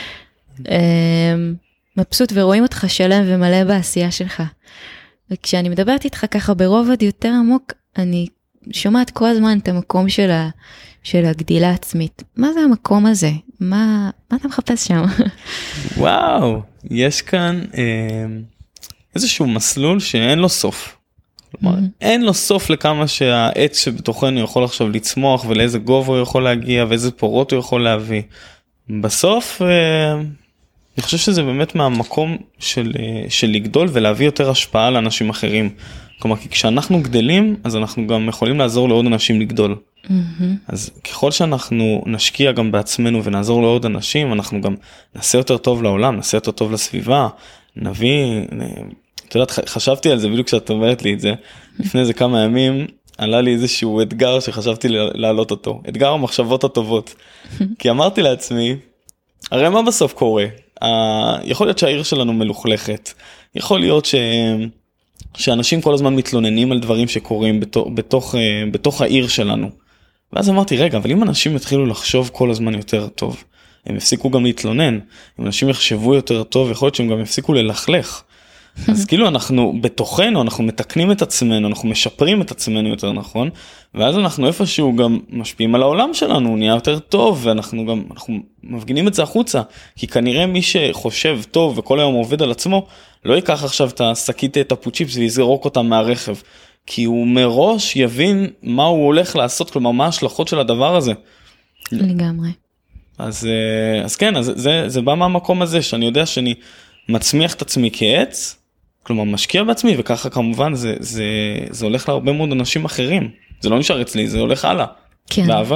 מבסוט ורואים אותך שלם ומלא בעשייה שלך. וכשאני מדברת איתך ככה ברובד יותר עמוק, אני שומעת כל הזמן את המקום של הגדילה העצמית. מה זה המקום הזה? מה אתה מחפש שם? וואו, יש כאן איזשהו מסלול שאין לו סוף. כלומר, אין לו סוף לכמה שהעץ שבתוכנו יכול עכשיו לצמוח, ולאיזה גובה הוא יכול להגיע, ואיזה פורות הוא יכול להביא. בסוף, אני חושב שזה באמת מהמקום של לגדול ולהביא יותר השפעה לאנשים אחרים. כלומר, כי כשאנחנו גדלים, אז אנחנו גם יכולים לעזור לעוד אנשים לגדול. אז ככל שאנחנו נשקיע גם בעצמנו ונעזור לעוד אנשים, אנחנו גם נעשה יותר טוב לעולם, נעשה יותר טוב לסביבה, נביא, אתה יודעת, חשבתי על זה בדיוק כשאת אומרת לי את זה, לפני איזה כמה ימים עלה לי איזשהו אתגר שחשבתי להעלות אותו, אתגר המחשבות הטובות, כי אמרתי לעצמי, הרי מה בסוף קורה? יכול להיות שהעיר שלנו מלוכלכת, יכול להיות שאנשים כל הזמן מתלוננים על דברים שקורים בתוך העיר שלנו. ואז אמרתי, רגע, אבל אם אנשים יתחילו לחשוב כל הזמן יותר טוב, הם יפסיקו גם להתלונן, אם אנשים יחשבו יותר טוב, יכול להיות שהם גם יפסיקו ללכלך. אז כאילו אנחנו בתוכנו, אנחנו מתקנים את עצמנו, אנחנו משפרים את עצמנו יותר נכון, ואז אנחנו איפשהו גם משפיעים על העולם שלנו, הוא נהיה יותר טוב, ואנחנו גם, אנחנו מפגינים את זה החוצה, כי כנראה מי שחושב טוב וכל היום עובד על עצמו, לא ייקח עכשיו את השקית את הפוצ'יפס ויזרוק אותם מהרכב, כי הוא מראש יבין מה הוא הולך לעשות, כלומר מה ההשלכות של הדבר הזה. לגמרי. אז כן, אז זה בא מהמקום הזה, שאני יודע שאני מצמיח את עצמי כעץ, כלומר משקיע בעצמי, וככה כמובן זה הולך להרבה מאוד אנשים אחרים. זה לא נשאר אצלי, זה הולך הלאה. כן. באהבה גם.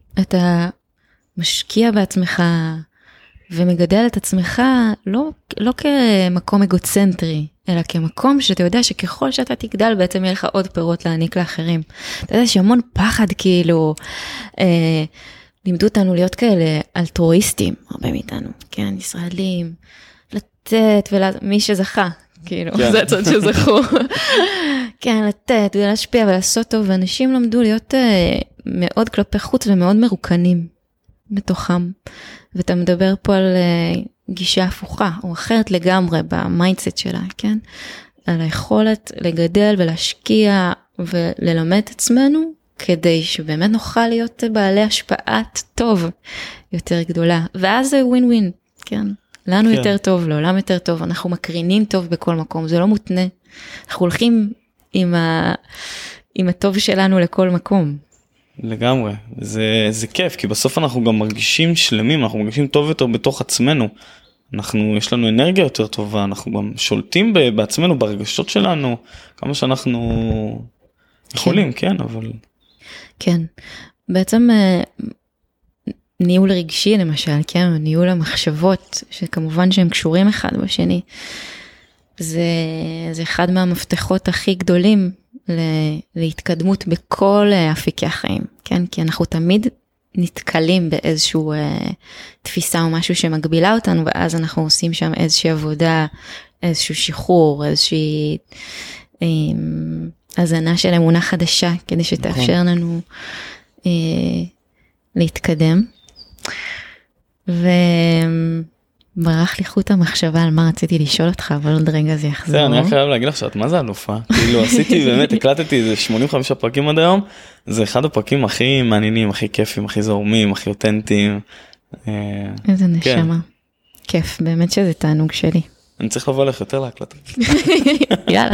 אתה משקיע בעצמך ומגדל את עצמך לא כמקום אגוצנטרי, אלא כמקום שאתה יודע שככל שאתה תגדל בעצם יהיה לך עוד פירות להעניק לאחרים. אתה יודע שהמון פחד כאילו, לימדו אותנו להיות כאלה אלטרואיסטים, הרבה מאיתנו, כן, ישראלים, לתת מי שזכה, כאילו, כן. זה הצד שזכו. כן, לתת ולהשפיע ולעשות טוב, ואנשים למדו להיות מאוד כלפי חוץ ומאוד מרוקנים בתוכם. ואתה מדבר פה על גישה הפוכה, או אחרת לגמרי במיינדסט שלה, כן? על היכולת לגדל ולהשקיע וללמד את עצמנו, כדי שבאמת נוכל להיות בעלי השפעת טוב יותר גדולה. ואז זה ווין ווין, כן? לנו כן. יותר טוב, לעולם יותר טוב, אנחנו מקרינים טוב בכל מקום, זה לא מותנה. אנחנו הולכים עם הטוב שלנו לכל מקום. לגמרי, זה כיף, כי בסוף אנחנו גם מרגישים שלמים, אנחנו מרגישים טוב יותר בתוך עצמנו. יש לנו אנרגיה יותר טובה, אנחנו גם שולטים בעצמנו, ברגשות שלנו, כמה שאנחנו יכולים, כן, אבל... כן, בעצם ניהול רגשי למשל, כן, ניהול המחשבות, שכמובן שהם קשורים אחד בשני, זה אחד מהמפתחות הכי גדולים להתקדמות בכל אפיקי החיים, כן? כי אנחנו תמיד נתקלים באיזשהו תפיסה או משהו שמגבילה אותנו, ואז אנחנו עושים שם איזושהי עבודה, איזשהו שחרור, איזושהי הזנה של אמונה חדשה, כדי שתאפשר לנו להתקדם. ברח לי חוט המחשבה על מה רציתי לשאול אותך, אבל עוד רגע זה יחזור. זה, אני חייב להגיד לך שאת מה זה אלופה? כאילו עשיתי באמת, הקלטתי איזה 85 פרקים עד היום, זה אחד הפרקים הכי מעניינים, הכי כיפים, הכי זורמים, הכי אותנטיים. איזה נשמה. כיף, באמת שזה תענוג שלי. אני צריך לבוא לך יותר להקלטה. יאללה.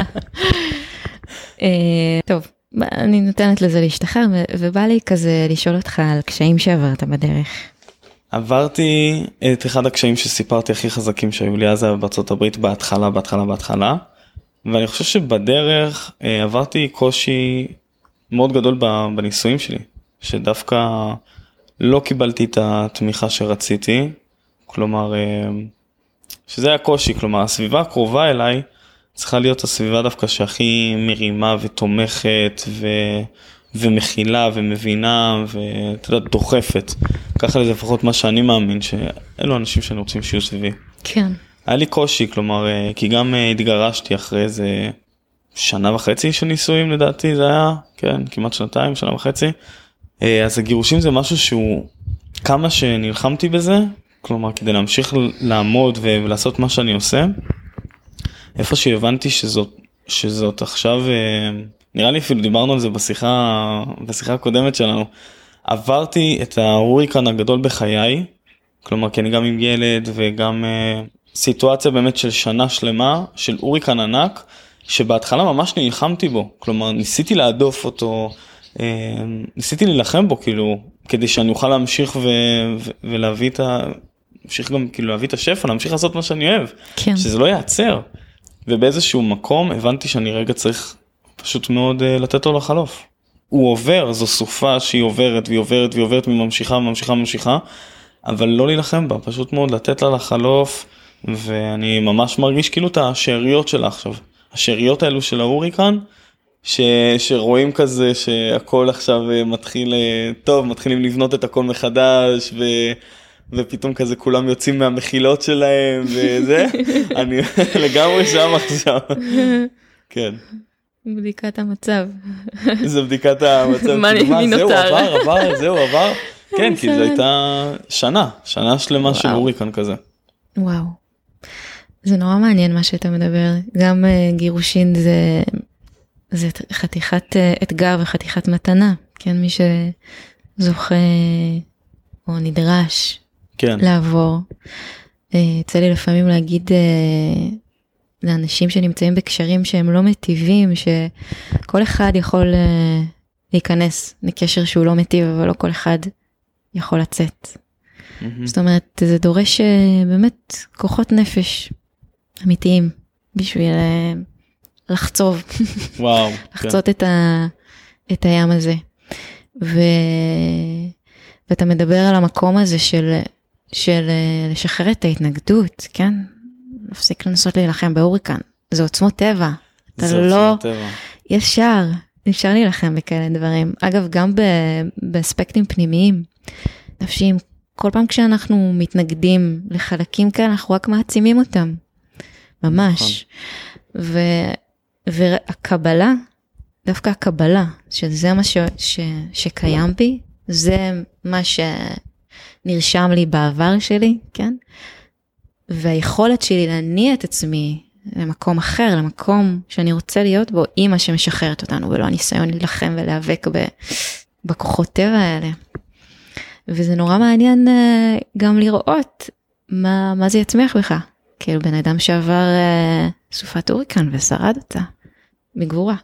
טוב, אני נותנת לזה להשתחרר, ובא לי כזה לשאול אותך על קשיים שעברת בדרך. עברתי את אחד הקשיים שסיפרתי הכי חזקים שהיו לי אז בארצות הברית בהתחלה, ואני חושב שבדרך עברתי קושי מאוד גדול בניסויים שלי, שדווקא לא קיבלתי את התמיכה שרציתי, כלומר, שזה היה קושי, כלומר, הסביבה הקרובה אליי צריכה להיות הסביבה דווקא שהכי מרימה ותומכת ומכילה ומבינה ודוחפת. ככה לזה לפחות מה שאני מאמין, שאלו אנשים שאני רוצים שיהיו סביבי. כן. היה לי קושי, כלומר, כי גם התגרשתי אחרי איזה 1.5 שנה של נישואים לדעתי זה היה, כן, כמעט 2 שנה וחצי. אז הגירושים זה משהו שהוא, כמה שנלחמתי בזה, כלומר, כדי להמשיך לעמוד ולעשות מה שאני עושה, איפה שהבנתי שזאת עכשיו, נראה לי אפילו דיברנו על זה בשיחה הקודמת שלנו, עברתי את ההוריקן הגדול בחיי, כלומר, כי אני גם עם ילד וגם סיטואציה באמת של שנה שלמה, של הוריקן ענק, שבהתחלה ממש נלחמתי בו, כלומר, ניסיתי להדוף אותו, ניסיתי להילחם בו, כאילו, כדי שאני אוכל להמשיך ולהביא להמשיך גם, כאילו, להביא את השפע, להמשיך לעשות מה שאני אוהב, כן. שזה לא יעצר. ובאיזשהו מקום הבנתי שאני רגע צריך פשוט מאוד לתת לו לחלוף. הוא עובר, זו סופה שהיא עוברת והיא עוברת והיא עוברת ממשיכה, אבל לא להילחם בה, פשוט מאוד לתת לה לחלוף, ואני ממש מרגיש כאילו את השאריות שלה עכשיו. השאריות האלו של ההוריקן, שרואים כזה שהכל עכשיו מתחיל, טוב, מתחילים לבנות את הכל מחדש, ופתאום כזה כולם יוצאים מהמחילות שלהם, וזה, אני לגמרי שם עכשיו. כן. בדיקת המצב. זה בדיקת המצב. מי נותר? זהו, עבר. כן, כי זו הייתה שנה שלמה של הוריקן כזה. וואו. זה נורא מעניין מה שאתה מדבר. גם גירושין זה חתיכת אתגר וחתיכת מתנה. כן, מי שזוכה או נדרש לעבור. יצא לי לפעמים להגיד לאנשים שנמצאים בקשרים שהם לא מטיבים, שכל אחד יכול להיכנס לקשר שהוא לא מטיב, אבל לא כל אחד יכול לצאת. זאת אומרת, זה דורש באמת כוחות נפש אמיתיים, בשביל לחצוב. וואו. לחצות את הים הזה. ואתה מדבר על המקום הזה של לשחרר את ההתנגדות, כן? נפסיק לנסות להילחם בהוריקן, זה עוצמות טבע. אתה לא, אפשר להילחם בכאלה דברים. אגב, גם באספקטים פנימיים, נפשיים, כל פעם כשאנחנו מתנגדים לחלקים כאלה, אנחנו רק מעצימים אותם. ממש. והקבלה, דווקא הקבלה, שזה מה שקיים בי, זה מה שנרשם לי בעבר שלי, כן? והיכולת שלי להניע את עצמי למקום אחר, למקום שאני רוצה להיות בו, היא מה שמשחררת אותנו, ולא הניסיון להילחם ולהיאבק בכוחות טבע האלה. וזה נורא מעניין גם לראות מה זה יצמיח בך. כאילו בן אדם שעבר סופת הוריקן ושרד אותה, בגבורה.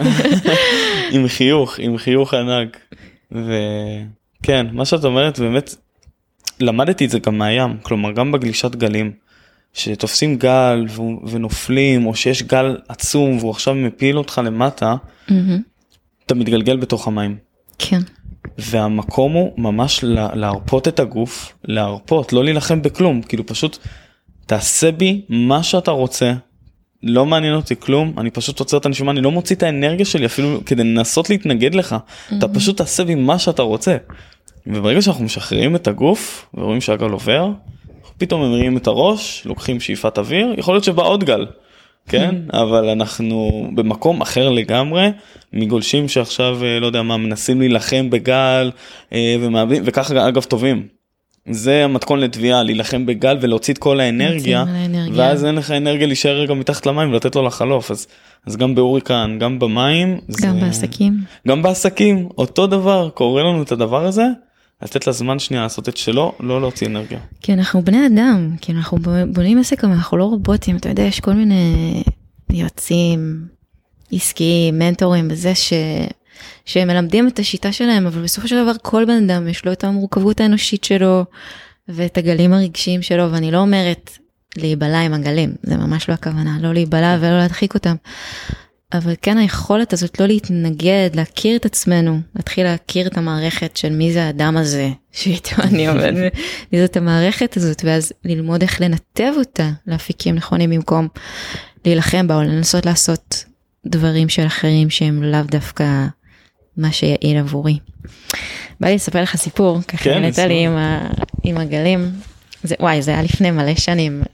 עם חיוך ענק. וכן, מה שאת אומרת, באמת, למדתי את זה גם מהים, כלומר גם בגלישת גלים, שתופסים גל ונופלים, או שיש גל עצום, והוא עכשיו מפיל אותך למטה, אתה מתגלגל בתוך המים. כן. והמקום הוא ממש להרפות את הגוף, להרפות, לא להילחם בכלום, כאילו פשוט תעשה בי מה שאתה רוצה, לא מעניין אותי כלום, אני פשוט עוצר את הנשימה, אני לא מוציא את האנרגיה שלי אפילו כדי לנסות להתנגד לך, אתה פשוט תעשה בי מה שאתה רוצה. וברגע שאנחנו משחררים את הגוף, ורואים שהגל עובר, פתאום מרימים את הראש, לוקחים שאיפת אוויר, יכול להיות שבא עוד גל, כן? אבל אנחנו במקום אחר לגמרי, מגולשים שעכשיו, לא יודע מה, מנסים להילחם בגל, וככה אגב טובים. זה המתכון לתביעה, להילחם בגל ולהוציא את כל האנרגיה, ואז אין לך אנרגיה להישאר רגע מתחת למים ולתת לו לחלוף. אז גם בהוריקן, גם במים. גם בעסקים. גם בעסקים, אותו דבר, קורה לנו את הדבר הזה, לתת לזמן שנייה לעשות את שלו, לא להוציא אנרגיה. כי אנחנו בני אדם, כי אנחנו בונים עסק, אבל אנחנו לא רובוטים, אתה יודע, יש כל מיני יועצים, עסקיים, מנטורים, בזה שהם מלמדים את השיטה שלהם, אבל בסופו של דבר כל בן אדם יש לו את המורכבות האנושית שלו, ואת הגלים הרגשיים שלו, ואני לא אומרת להיבלה עם הגלים, זה ממש לא הכוונה, לא להיבלה ולא להדחיק אותם, אבל כן היכולת הזאת לא להתנגד, להכיר את עצמנו, להתחיל להכיר את המערכת של מי זה האדם הזה, שאיתו אני עובד, מי זאת המערכת הזאת, ואז ללמוד איך לנתב אותה להפיקים נכונים במקום להילחם בה, או לנסות לעשות דברים של אחרים שהם לאו דווקא מה שיעיל עבורי. בא לי לספר לך סיפור, ככה נהנית לי עם הגלים, וואי, זה היה לפני מלא שנים,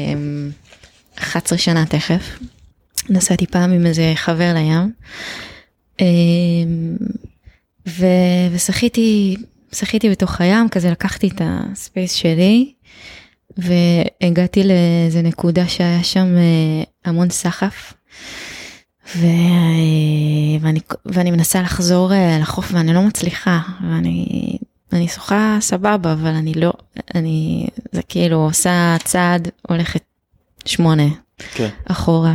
11 שנה תכף, נסעתי פעם עם איזה חבר לים, ושחיתי בתוך הים, כזה לקחתי את הספייס שלי, והגעתי לאיזה נקודה שהיה שם המון סחף, ואני מנסה לחזור לחוף, ואני לא מצליחה, ואני שוחה סבבה, אבל זה כאילו עושה צעד, הולכת 8 אחורה.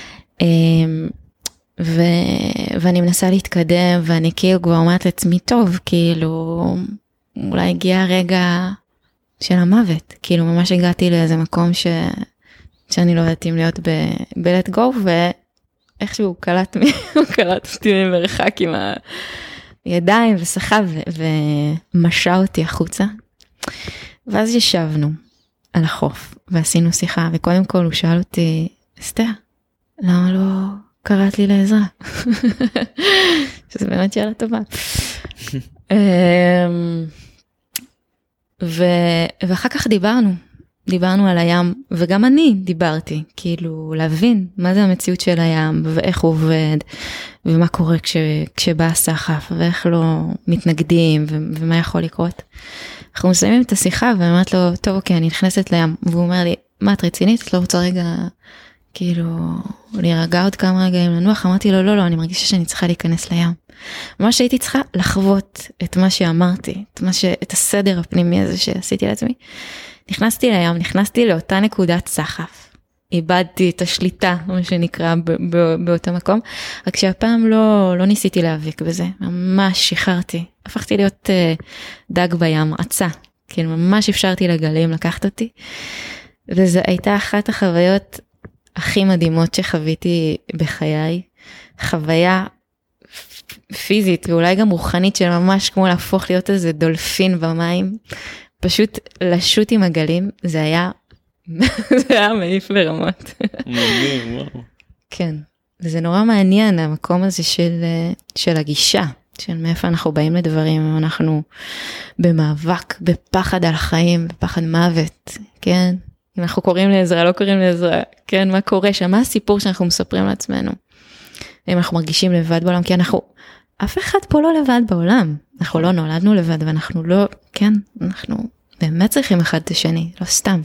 ואני מנסה להתקדם, ואני כאילו כבר אומרת לעצמי, טוב, כאילו, אולי הגיע הרגע של המוות, כאילו ממש הגעתי לאיזה מקום שאני לא יודעת אם להיות ב-let go, ואיכשהו קלט אותי ממרחק עם הידיים, וסחב, ומשע אותי החוצה, ואז ישבנו על החוף, ועשינו שיחה, וקודם כל הוא שאל אותי, אסתר, למה לא קראת לי לעזרה? שזה באמת שאלה טובה. ואחר כך דיברנו על הים, וגם אני דיברתי, כאילו להבין מה זה המציאות של הים, ואיך הוא עובד, ומה קורה כשבא הסחף, ואיך לא מתנגדים, ומה יכול לקרות. אנחנו מסיימים את השיחה, ואמרת לו, טוב, אוקיי, אני נכנסת לים, והוא אומר לי, מה, את רצינית? את לא רוצה רגע, כאילו, להירגע עוד כמה רגעים לנוח? אמרתי לו, לא, אני מרגישה שאני צריכה להיכנס לים. ממש הייתי צריכה לחוות את מה שאמרתי, את הסדר הפנימי הזה שעשיתי לעצמי. נכנסתי לים, נכנסתי לאותה נקודת סחף. איבדתי את השליטה, מה שנקרא, באותו מקום. רק שהפעם לא ניסיתי להיאבק בזה. ממש שחררתי. הפכתי להיות דג בים, עצה. כאילו ממש אפשרתי לגלים לקחת אותי. וזו הייתה אחת החוויות הכי מדהימות שחוויתי בחיי. חוויה פיזית ואולי גם רוחנית של ממש כמו להפוך להיות איזה דולפין במים, פשוט לשוט עם הגלים, זה היה מעיף ברמות. מדהים, וואו. כן, וזה נורא מעניין המקום הזה של הגישה, של מאיפה אנחנו באים לדברים, אנחנו במאבק, בפחד על החיים, בפחד מוות, כן? אם אנחנו קוראים לעזרה, לא קוראים לעזרה, כן? מה קורה שם? מה הסיפור שאנחנו מספרים לעצמנו? אם אנחנו מרגישים לבד בעולם, כי אף אחד פה לא לבד בעולם, אנחנו לא נולדנו לבד, ואנחנו לא, כן, אנחנו באמת צריכים אחד את השני, לא סתם.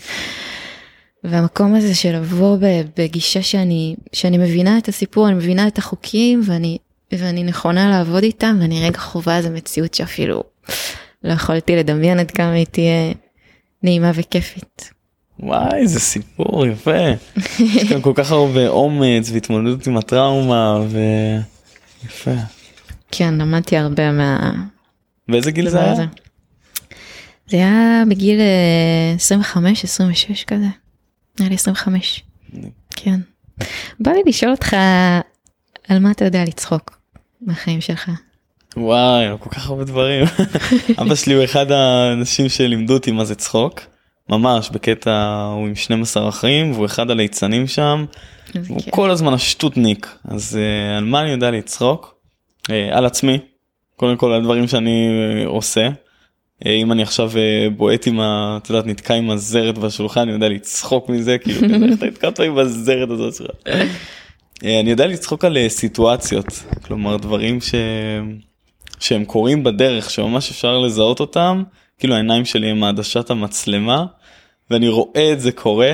והמקום הזה של לבוא בגישה שאני מבינה את הסיפור, אני מבינה את החוקים, ואני נכונה לעבוד איתם, ואני רגע חובה איזו מציאות שאפילו לא יכולתי לדמיין עד כמה היא תהיה נעימה וכיפית. וואי, זה סיפור יפה. יש כאן כל כך הרבה אומץ והתמודדות עם הטראומה, ויפה. כן, למדתי הרבה באיזה גיל זה היה? זה היה בגיל 25, 26 כזה. היה לי 25. כן. בא לי לשאול אותך על מה אתה יודע לצחוק מהחיים שלך. וואי, כל כך הרבה דברים. אבא שלי הוא אחד האנשים שלימדו אותי מה זה צחוק. ממש, בקטע הוא עם 12 אחים, והוא אחד הליצנים שם. הוא כל הזמן השטוטניק. אז על מה אני יודע לצחוק? על עצמי. קודם כל, על דברים שאני עושה. אם אני עכשיו בועט עם את יודעת, נתקע עם הזרת בשולחן, אני יודע לצחוק מזה, כאילו, איך אתה נתקעת עם הזרת הזאת שלך. אני יודע לצחוק על סיטואציות, כלומר, דברים שהם קורים בדרך, שממש אפשר לזהות אותם, כאילו העיניים שלי הם העדשת המצלמה, ואני רואה את זה קורה,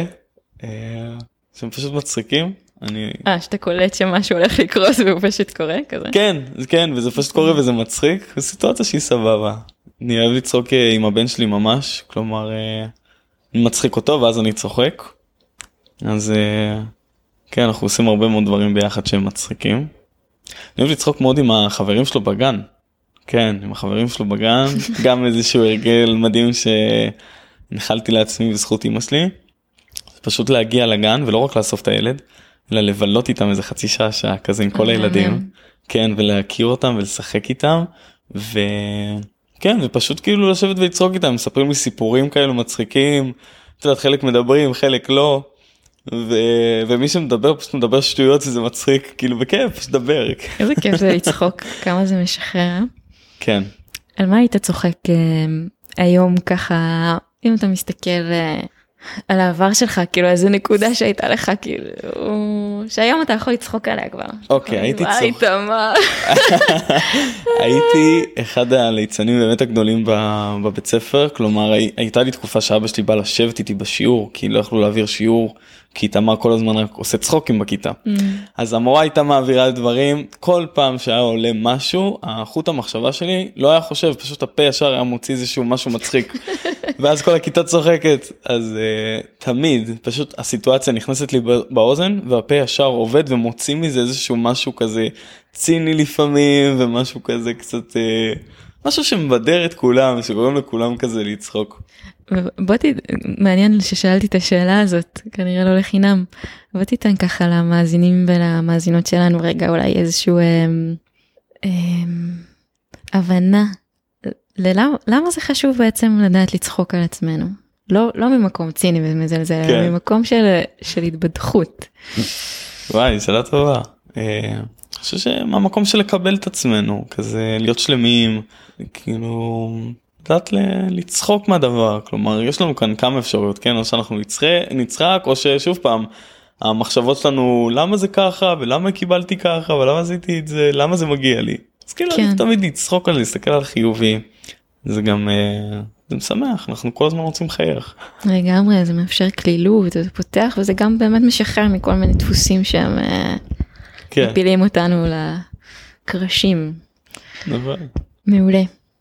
שהם פשוט מצחיקים. שאתה קולט שמשהו הולך לקרוס והוא פשוט קורה כזה? כן, כן, וזה פשוט קורה וזה מצחיק, זו סיטואציה שהיא סבבה. אני אוהב לצחוק עם הבן שלי ממש, כלומר, אני מצחיק אותו ואז אני צוחק. אז כן, אנחנו עושים הרבה מאוד דברים ביחד שהם מצחיקים. אני אוהב לצחוק מאוד עם החברים שלו בגן. כן, עם החברים שלו בגן, גם איזשהו הרגל מדהים שנחלתי לעצמי בזכות אמא שלי. פשוט להגיע לגן ולא רק לאסוף את הילד, אלא לבלות איתם איזה חצי שעה כזה עם כל הילדים. כן, ולהכיר אותם ולשחק איתם. כן, ופשוט כאילו לשבת ולצחוק איתם, מספרים לי סיפורים כאלו מצחיקים, אתה יודעת, חלק מדברים, חלק לא, ומי שמדבר פשוט מדבר שטויות, וזה מצחיק, כאילו בכיף, פשוט דבר. איזה כיף זה לצחוק, כמה זה משחרר. כן. על מה היית צוחק היום ככה, אם אתה מסתכל על העבר שלך, כאילו איזו נקודה שהייתה לך, כאילו, שהיום אתה יכול לצחוק עליה כבר. אוקיי, הייתי צוחק. היית מה? הייתי אחד הליצנים באמת הגדולים בבית ספר, כלומר הייתה לי תקופה שאבא שלי בא לשבת איתי בשיעור, כי לא יכלו להעביר שיעור, כי תמר כל הזמן רק עושה צחוקים בכיתה. אז המורה הייתה מעבירה דברים, כל פעם שהיה עולה משהו, החוט המחשבה שלי לא היה חושב, פשוט הפה ישר היה מוציא איזשהו משהו מצחיק. ואז כל הכיתה צוחקת, אז תמיד, פשוט הסיטואציה נכנסת לי באוזן, והפה ישר עובד ומוציא מזה איזשהו משהו כזה ציני לפעמים, ומשהו כזה קצת, משהו שמבדר את כולם, שגורם לכולם כזה לצחוק. מעניין ששאלתי את השאלה הזאת, כנראה לא לחינם. בוא תיתן ככה למאזינים ולמאזינות שלנו רגע אולי איזשהו הבנה. למה זה חשוב בעצם לדעת לצחוק על עצמנו? לא ממקום ציני ומזלזל, אלא ממקום של התבדחות. וואי, שאלה טובה. אני חושב שמהמקום של לקבל את עצמנו, כזה להיות שלמים, כאילו, לדעת לצחוק מהדבר. כלומר, יש לנו כאן כמה אפשרויות, כן? או שאנחנו נצחק, או ששוב פעם, המחשבות שלנו, למה זה ככה, ולמה קיבלתי ככה, ולמה עשיתי את זה, למה זה מגיע לי? אז כאילו, אני תמיד לצחוק על להסתכל על חיובי. זה גם, זה משמח, אנחנו כל הזמן רוצים חייך. לגמרי, זה מאפשר כלילות, זה פותח, וזה גם באמת משחרר מכל מיני דפוסים שהם מפילים אותנו לקרשים. נכון. מעולה.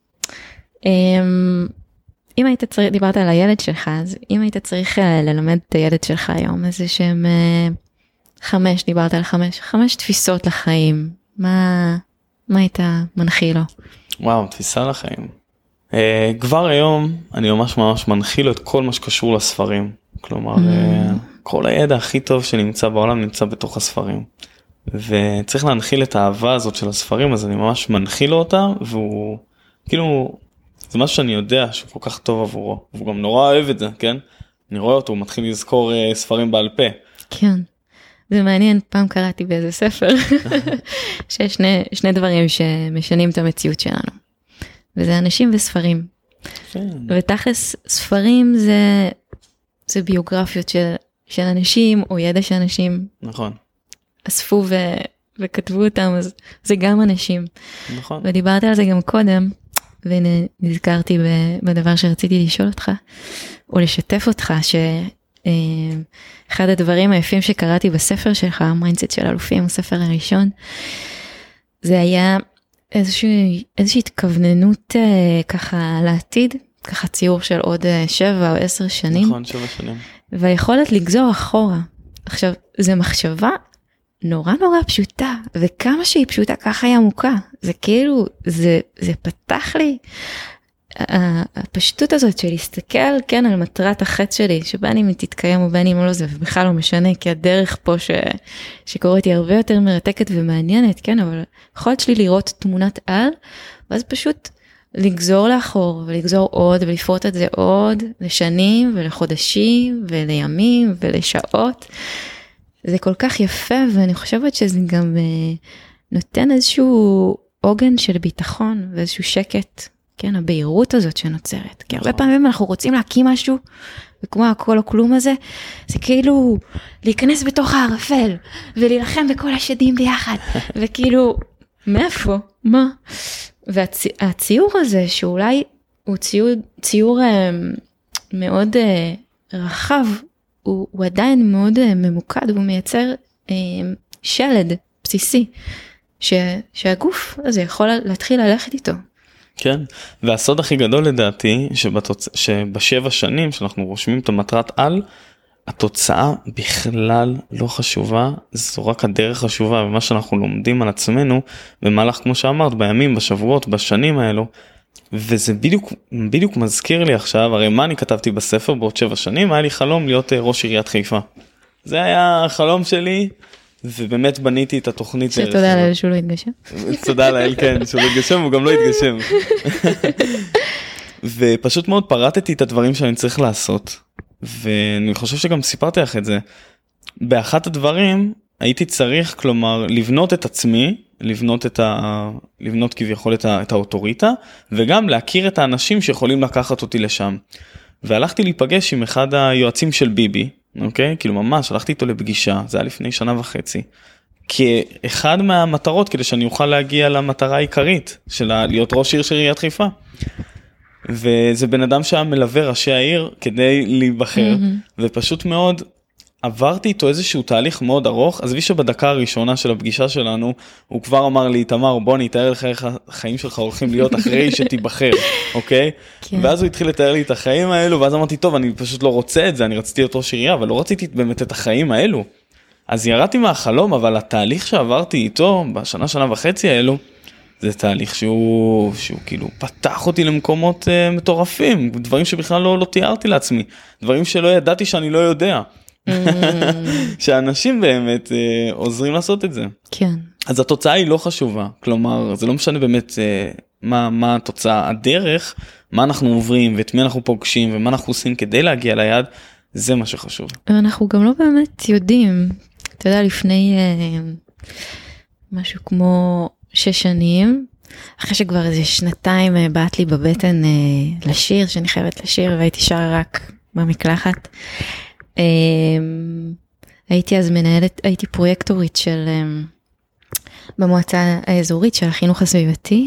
אם היית צריך, דיברת על הילד שלך, אז אם היית צריך ללמד את הילד שלך היום, איזה שהם 5, דיברת על 5 תפיסות לחיים, מה היית מנחיל לו? וואו, תפיסה לחיים. כבר היום אני ממש מנחיל לו את כל מה שקשור לספרים. כלומר, כל הידע הכי טוב שנמצא בעולם נמצא בתוך הספרים. וצריך להנחיל את האהבה הזאת של הספרים, אז אני ממש מנחיל לו אותה, והוא כאילו, זה משהו שאני יודע שהוא כל כך טוב עבורו, והוא גם נורא אוהב את זה, כן? אני רואה אותו, הוא מתחיל לזכור ספרים בעל פה. כן, זה מעניין, פעם קראתי באיזה ספר, שיש שני דברים שמשנים את המציאות שלנו, וזה אנשים וספרים. כן. ותכלס, ספרים זה ביוגרפיות של אנשים, או ידע שאנשים נכון. אספו וכתבו אותם, אז זה גם אנשים. נכון. ודיברתי על זה גם קודם, והנה נזכרתי בדבר שרציתי לשאול אותך, או לשתף אותך, שאחד הדברים היפים שקראתי בספר שלך, מיינדסט של אלופים, הספר הראשון, זה היה איזושהי התכווננות ככה לעתיד, ככה ציור של עוד 7 או 10 שנים. נכון, 7 שנים. והיכולת לגזור אחורה. עכשיו, זו מחשבה נורא פשוטה, וכמה שהיא פשוטה, ככה היא עמוקה. זה כאילו, זה פתח לי, הפשטות הזאת של להסתכל, כן, על מטרת החץ שלי, שבין אם היא תתקיים או בין אם לא, זה בכלל לא משנה, כי הדרך פה שקורית היא הרבה יותר מרתקת ומעניינת, כן, אבל יכולת שלי לראות תמונת על, ואז פשוט לגזור לאחור, ולגזור עוד, ולפרוט את זה עוד, לשנים, ולחודשים, ולימים, ולשעות. זה כל כך יפה, ואני חושבת שזה גם נותן איזשהו עוגן של ביטחון, ואיזשהו שקט, כן, הבהירות הזאת שנוצרת. כי הרבה פעמים אנחנו רוצים להקים משהו, וכמו הכל או כלום הזה, זה כאילו להיכנס בתוך הערפל, ולהילחם בכל השדים ביחד, וכאילו, מאיפה? מה? והציור הזה, שאולי הוא ציור מאוד רחב, הוא עדיין מאוד ממוקד, הוא מייצר שלד בסיסי, שהגוף הזה יכול להתחיל ללכת איתו. כן, והסוד הכי גדול לדעתי, שבשבע שנים שאנחנו רושמים את המטרת על, התוצאה בכלל לא חשובה, זו רק הדרך חשובה, ומה שאנחנו לומדים על עצמנו, במהלך כמו שאמרת, בימים, בשבועות, בשנים האלו, וזה בדיוק מזכיר לי עכשיו, הרי מה אני כתבתי בספר בעוד 7 שנים, היה לי חלום להיות ראש עיריית חיפה. זה היה החלום שלי, ובאמת בניתי את התוכנית. שתודה לאל שהוא לא התגשם. תודה לאל, כן, שהוא לא התגשם, הוא גם לא התגשם. ופשוט מאוד פרטתי את הדברים שאני צריך לעשות, ואני חושב שגם סיפרתי לך את זה. באחת הדברים הייתי צריך, כלומר, לבנות את עצמי, לבנות כביכול את האוטוריטה, וגם להכיר את האנשים שיכולים לקחת אותי לשם. והלכתי להיפגש עם אחד היועצים של ביבי, אוקיי? כאילו ממש, הלכתי איתו לפגישה, זה היה לפני 1.5 שנה, כאחד מהמטרות, כדי שאני אוכל להגיע למטרה העיקרית, של להיות ראש עיר של עיריית חיפה. וזה בן אדם שהיה מלווה ראשי העיר כדי להיבחר, ופשוט מאוד עברתי איתו איזשהו תהליך מאוד ארוך. עזבי שבדקה הראשונה של הפגישה שלנו, הוא כבר אמר לי, תמר, בוא נתאר לך איך החיים שלך הולכים להיות אחרי שתיבחר, אוקיי? כן. ואז הוא התחיל לתאר לי את החיים האלו, ואז אמרתי, טוב, אני פשוט לא רוצה את זה, אני רציתי להיות ראש עירייה, אבל לא רציתי באמת את החיים האלו. אז ירדתי מהחלום, אבל התהליך שעברתי איתו, בשנה, 1.5 שנה האלו, זה תהליך שהוא כאילו פתח אותי למקומות מטורפים, דברים שבכלל לא תיארתי לעצמי, דברים שלא ידעתי שאני לא יודע. שאנשים באמת עוזרים לעשות את זה. כן. אז התוצאה היא לא חשובה, כלומר, זה לא משנה באמת מה התוצאה, הדרך, מה אנחנו עוברים ואת מי אנחנו פוגשים ומה אנחנו עושים כדי להגיע ליעד, זה מה שחשוב. אנחנו גם לא באמת יודעים, אתה יודע, לפני משהו כמו 6 שנים, אחרי שכבר איזה 2 באת לי בבטן לשיר, שאני חייבת לשיר, והייתי שרה רק במקלחת. הייתי אז הייתי פרויקטורית במועצה האזורית של החינוך הסביבתי,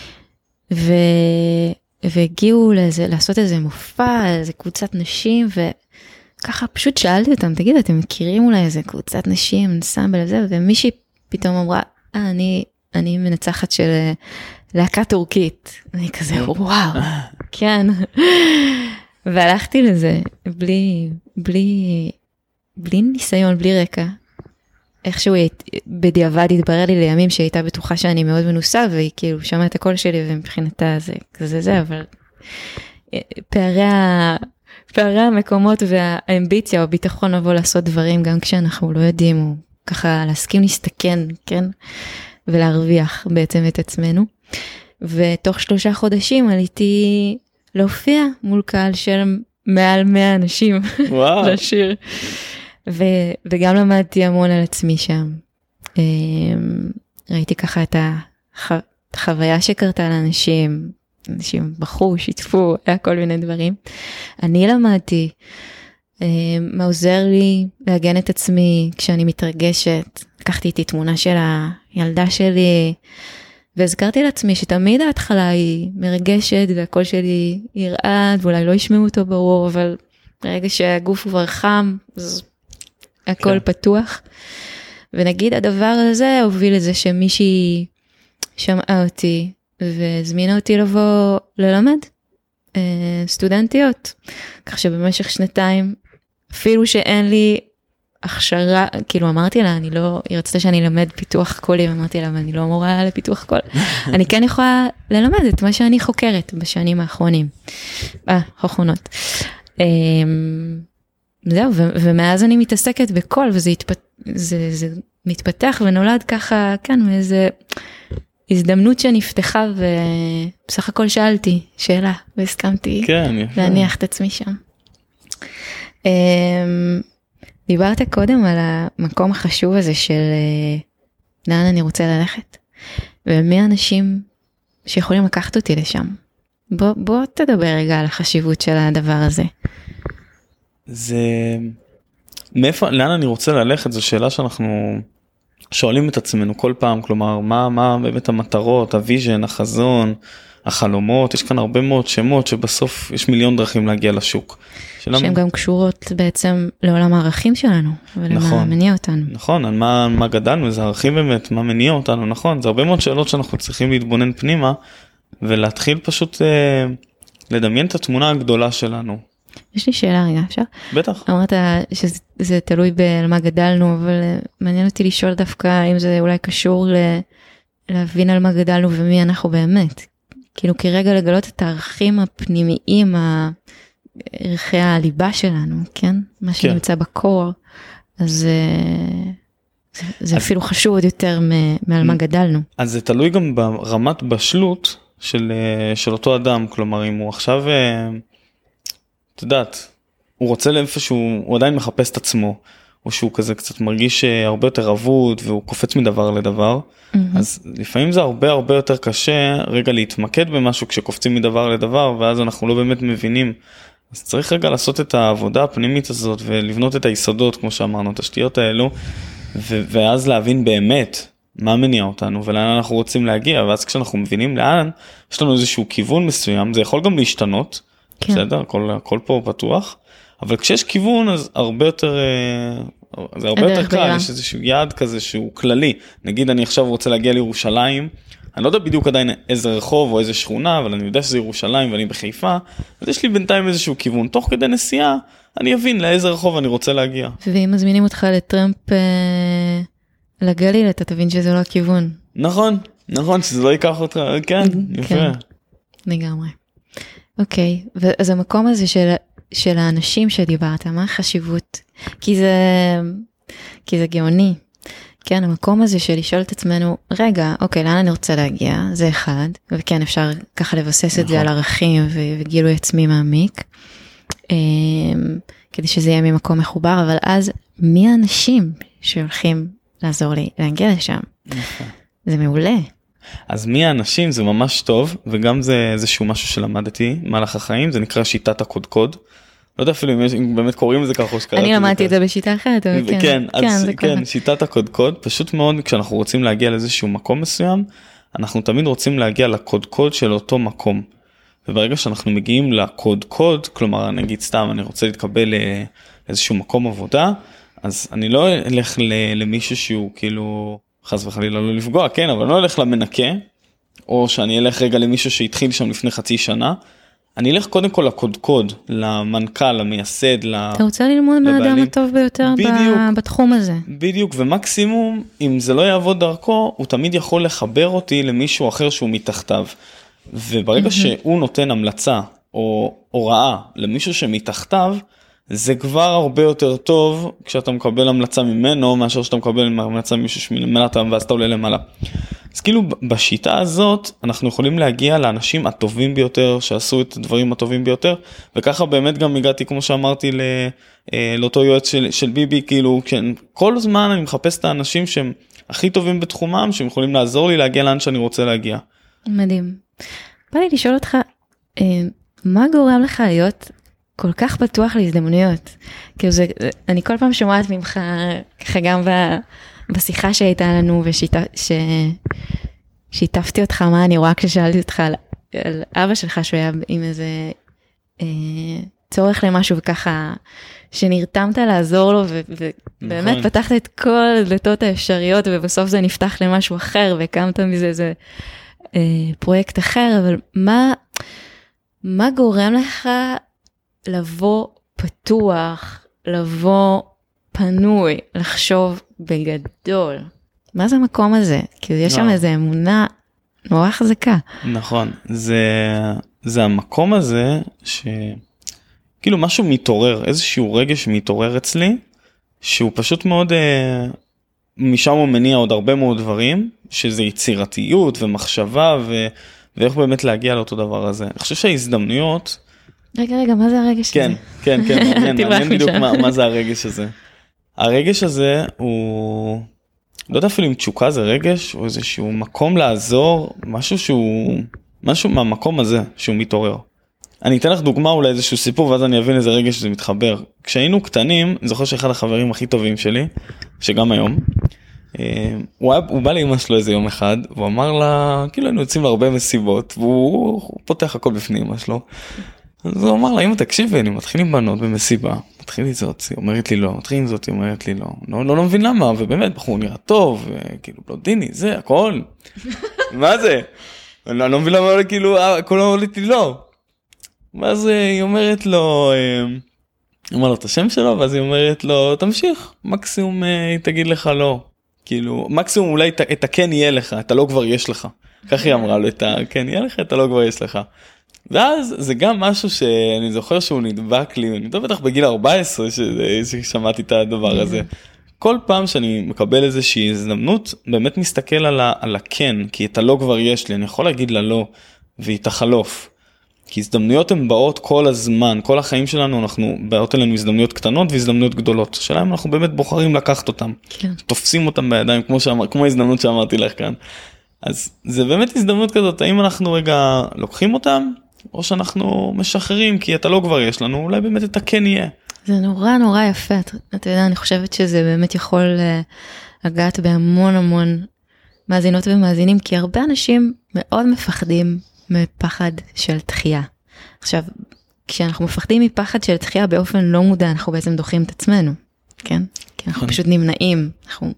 והגיעו לעשות איזה מופע, איזה קבוצת נשים, וככה פשוט שאלתי אותם, תגיד, אתם מכירים אולי איזה קבוצת נשים, אנסמבל וזה, ומישהי פתאום אמרה, אני מנצחת של להקה טורקית. אני כזה, וואו, כן. והלכתי לזה, בלי ניסיון, בלי רקע. איכשהו בדיעבד התברר לי לימים שהיא הייתה בטוחה שאני מאוד מנוסה, והיא כאילו שמעה את הקול שלי, ומבחינתה זה כזה זה, אבל פערי המקומות והאמביציה או הביטחון לבוא לעשות דברים, גם כשאנחנו לא יודעים, ככה להסכים להסתכן, כן? ולהרוויח בעצם את עצמנו. ותוך 3 חודשים עליתי להופיע מול קהל של מעל 100 אנשים. וואו. לשיר. וגם למדתי המון על עצמי שם. ראיתי ככה את החוויה שקרתה לאנשים, אנשים בחרו, שיתפו, היה כל מיני דברים. אני למדתי מה עוזר לי להגן את עצמי כשאני מתרגשת. לקחתי איתי תמונה של הילדה שלי, והזכרתי לעצמי שתמיד ההתחלה היא מרגשת, והקול שלי ירעד, ואולי לא ישמעו אותו ברור, אבל ברגע שהגוף כבר חם, אז הכל פתוח. ונגיד הדבר הזה הוביל לזה שמישהי שמעה אותי, והזמינה אותי לבוא ללמד סטודנטיות. כך שבמשך 2 אפילו שאין לי הכשרה, כאילו אמרתי לה, היא רצתה שאני אלמד פיתוח קולים, אמרתי לה, אני לא אמורה לפיתוח קול. אני כן יכולה ללמד את מה שאני חוקרת בשנים האחרונים. האחרונות. זהו, ומאז אני מתעסקת בקול, וזה מתפתח ונולד ככה, כן, מאיזה הזדמנות שנפתחה, ובסך הכל שאלתי שאלה, והסכמתי להניח את עצמי שם. דיברת קודם על המקום החשוב הזה של לאן אני רוצה ללכת, ומי האנשים שיכולים לקחת אותי לשם. בוא תדבר רגע על החשיבות של הדבר הזה. זה, לאן אני רוצה ללכת, זו שאלה שאנחנו שואלים את עצמנו כל פעם, כלומר, מה באמת המטרות, הוויז'ן, החזון, החלומות, יש כאן הרבה מאוד שמות שבסוף יש מיליון דרכים להגיע לשוק. שהן גם קשורות בעצם לעולם הערכים שלנו, ולמה מניע אותנו. נכון, על מה גדלנו, איזה ערכים באמת, מה מניע אותנו, נכון, זה הרבה מאוד שאלות שאנחנו צריכים להתבונן פנימה, ולהתחיל פשוט לדמיין את התמונה הגדולה שלנו. יש לי שאלה רגע, אפשר? בטח. אמרת שזה תלוי על מה גדלנו, אבל מעניין אותי לשאול דווקא אם זה אולי קשור להבין על מה גדלנו ומי אנחנו באמת. כאילו כרגע לגלות את הערכים הפנימיים, ערכי הליבה שלנו, כן? מה שנמצא בקור, אז זה אפילו חשוב עוד יותר מעל מה גדלנו. אז זה תלוי גם ברמת בשלות של אותו אדם, כלומר אם הוא עכשיו, את יודעת, הוא רוצה לאיפשהו, הוא עדיין מחפש את עצמו, או שהוא כזה קצת מרגיש הרבה יותר אבוד, והוא קופץ מדבר לדבר, אז לפעמים זה הרבה יותר קשה רגע להתמקד במשהו כשקופצים מדבר לדבר, ואז אנחנו לא באמת מבינים. אז צריך רגע לעשות את העבודה הפנימית הזאת, ולבנות את היסודות, כמו שאמרנו, את השתיות האלו, ואז להבין באמת מה מניע אותנו, ולאן אנחנו רוצים להגיע, ואז כשאנחנו מבינים לאן, יש לנו איזשהו כיוון מסוים, זה יכול גם להשתנות, בסדר? הכל פה פתוח, אבל כשיש כיוון, אז הרבה יותר, זה הרבה יותר קל, יש איזשהו יעד כזה שהוא כללי, נגיד אני עכשיו רוצה להגיע לירושלים, אני לא יודע בדיוק עדיין איזה רחוב או איזה שכונה, אבל אני יודע שזה ירושלים ואני בחיפה, אז יש לי בינתיים איזשהו כיוון, תוך כדי נסיעה, אני אבין לאיזה רחוב אני רוצה להגיע. ואם מזמינים אותך לטרמפ לגליל, אתה תבין שזה לא הכיוון. נכון, שזה לא ייקח אותך, כן, יפה. לגמרי. אוקיי, אז המקום הזה של האנשים שדיברת, מה החשיבות? כי זה גאוני. כן, המקום הזה של לשאול את עצמנו, רגע, אוקיי, לאן אני רוצה להגיע? זה אחד, וכן, אפשר ככה לבסס את זה על ערכים וגילוי עצמי מעמיק, כדי שזה יהיה ממקום מחובר, אבל אז מי האנשים שהולכים לעזור לי להגיע לשם? זה מעולה. אז מי האנשים זה ממש טוב, וגם זה איזשהו משהו שלמדתי, מהלך החיים, זה נקרא שיטת הקודקוד. לא יודע אפילו אם באמת קוראים לזה ככה או שקראתי. אני למדתי את זה בשיטה אחרת, אבל כן. כן, שיטת הקודקוד, פשוט מאוד כשאנחנו רוצים להגיע לאיזשהו מקום מסוים, אנחנו תמיד רוצים להגיע לקודקוד של אותו מקום. וברגע שאנחנו מגיעים לקודקוד, כלומר נגיד סתם אני רוצה להתקבל לאיזשהו מקום עבודה, אז אני לא אלך למישהו שהוא כאילו חס וחלילה לא לפגוע, כן, אבל לא אלך למנקה, או שאני אלך רגע למישהו שהתחיל שם לפני חצי שנה, אני אלך קודם כל לקודקוד, למנכ"ל, למייסד, אתה רוצה ללמוד מהאדם הטוב ביותר בתחום הזה. בדיוק, ומקסימום, אם זה לא יעבוד דרכו, הוא תמיד יכול לחבר אותי למישהו אחר שהוא מתחתיו. וברגע שהוא נותן המלצה או הוראה למישהו שמתחתיו, זה כבר הרבה יותר טוב כשאתה מקבל המלצה ממנו, מאשר שאתה מקבל המלצה ממישהו שמלמטה ואז אתה עולה למעלה. אז כאילו בשיטה הזאת אנחנו יכולים להגיע לאנשים הטובים ביותר, שעשו את הדברים הטובים ביותר, וככה באמת גם הגעתי, כמו שאמרתי, לאותו יועץ של ביבי, כאילו, כל הזמן אני מחפש את האנשים שהם הכי טובים בתחומם, שהם יכולים לעזור לי להגיע לאן שאני רוצה להגיע. מדהים. בא לי לשאול אותך, מה גורם לך להיות כל כך פתוח להזדמנויות? כאילו אני כל פעם שומעת ממך, ככה גם בשיחה שהייתה לנו, ושיתפתי אותך מה אני רואה כששאלתי אותך על אבא שלך, שהוא היה עם איזה צורך למשהו, וככה שנרתמת לעזור לו, ובאמת פתחת את כל הדלתות האפשריות, ובסוף זה נפתח למשהו אחר, והקמת מזה איזה פרויקט אחר, אבל מה גורם לך לבוא פתוח, לבוא פנוי, לחשוב בגדול? מה זה המקום הזה? כאילו יש שם איזו אמונה נורא חזקה. נכון, זה המקום הזה כאילו משהו מתעורר, איזשהו רגש מתעורר אצלי, שהוא פשוט מאוד, משם הוא מניע עוד הרבה מאוד דברים, שזה יצירתיות ומחשבה, ואיך באמת להגיע לאותו דבר הזה. אני חושב שההזדמנויות... רגע, מה זה הרגש הזה? כן, מעניין בדיוק מה זה הרגש הזה. הרגש הזה הוא, לא יודע אפילו אם תשוקה זה רגש, או איזשהו מקום לעזור, משהו מהמקום הזה שהוא מתעורר. אני אתן לך דוגמה אולי איזשהו סיפור, ואז אני אבין איזה רגע שזה מתחבר. כשהיינו קטנים, אני זוכר שאחד החברים הכי טובים שלי, שגם היום, הוא בא לאמא שלו איזה יום אחד, והוא אמר לה, כאילו היינו יוצאים להרבה מסיבות, והוא פותח הכל בפני אמא שלו. אז הוא אמר לה, אמא תקשיבי, אני מתחיל עם בנות במסיבה, מתחיל עם זאת, היא אומרת לי לא, מתחיל עם זאת, היא אומרת לי לא, לא מבין למה, ובאמת בחור נראה טוב, כאילו בלונדיני, זה הכל. מה זה? אני לא מבין למה, כאילו, הכל אומרת לי לא. ואז היא אומרת לו, היא אומרת לו את השם שלו, ואז היא אומרת לו, תמשיך, מקסימום היא תגיד לך לא. כאילו, מקסימום אולי את הכן יהיה לך, את הלא כבר יש לך. כך היא אמרה לו, את הכן יהיה לך, את הלא כבר יש לך. ואז זה גם משהו שאני זוכר שהוא נדבק לי, אני בטח בגיל 14 ששמעתי את הדבר הזה. כל פעם שאני מקבל איזושהי הזדמנות, באמת מסתכל על הכן, כי את הלא כבר יש לי, אני יכול להגיד לה לא, והיא תחלוף. כי הזדמנויות הן באות כל הזמן, כל החיים שלנו אנחנו באות אלינו הזדמנויות קטנות והזדמנויות גדולות. השאלה אם אנחנו באמת בוחרים לקחת אותם, כן. תופסים אותם בידיים, כמו ההזדמנות שאמרתי לך כאן. אז זה באמת הזדמנות כזאת, האם אנחנו רגע לוקחים אותם, או שאנחנו משחררים, כי אתה לא כבר יש לנו, אולי באמת את הכן יהיה. זה נורא נורא יפה, אתה יודע, אני חושבת שזה באמת יכול לגעת בהמון המון מאזינות ומאזינים, כי הרבה אנשים מאוד מפחדים מפחד של דחייה. עכשיו, כשאנחנו מפחדים מפחד של דחייה באופן לא מודע, אנחנו בעצם דוחים את עצמנו, כן? כי אנחנו פשוט נמנעים, אנחנו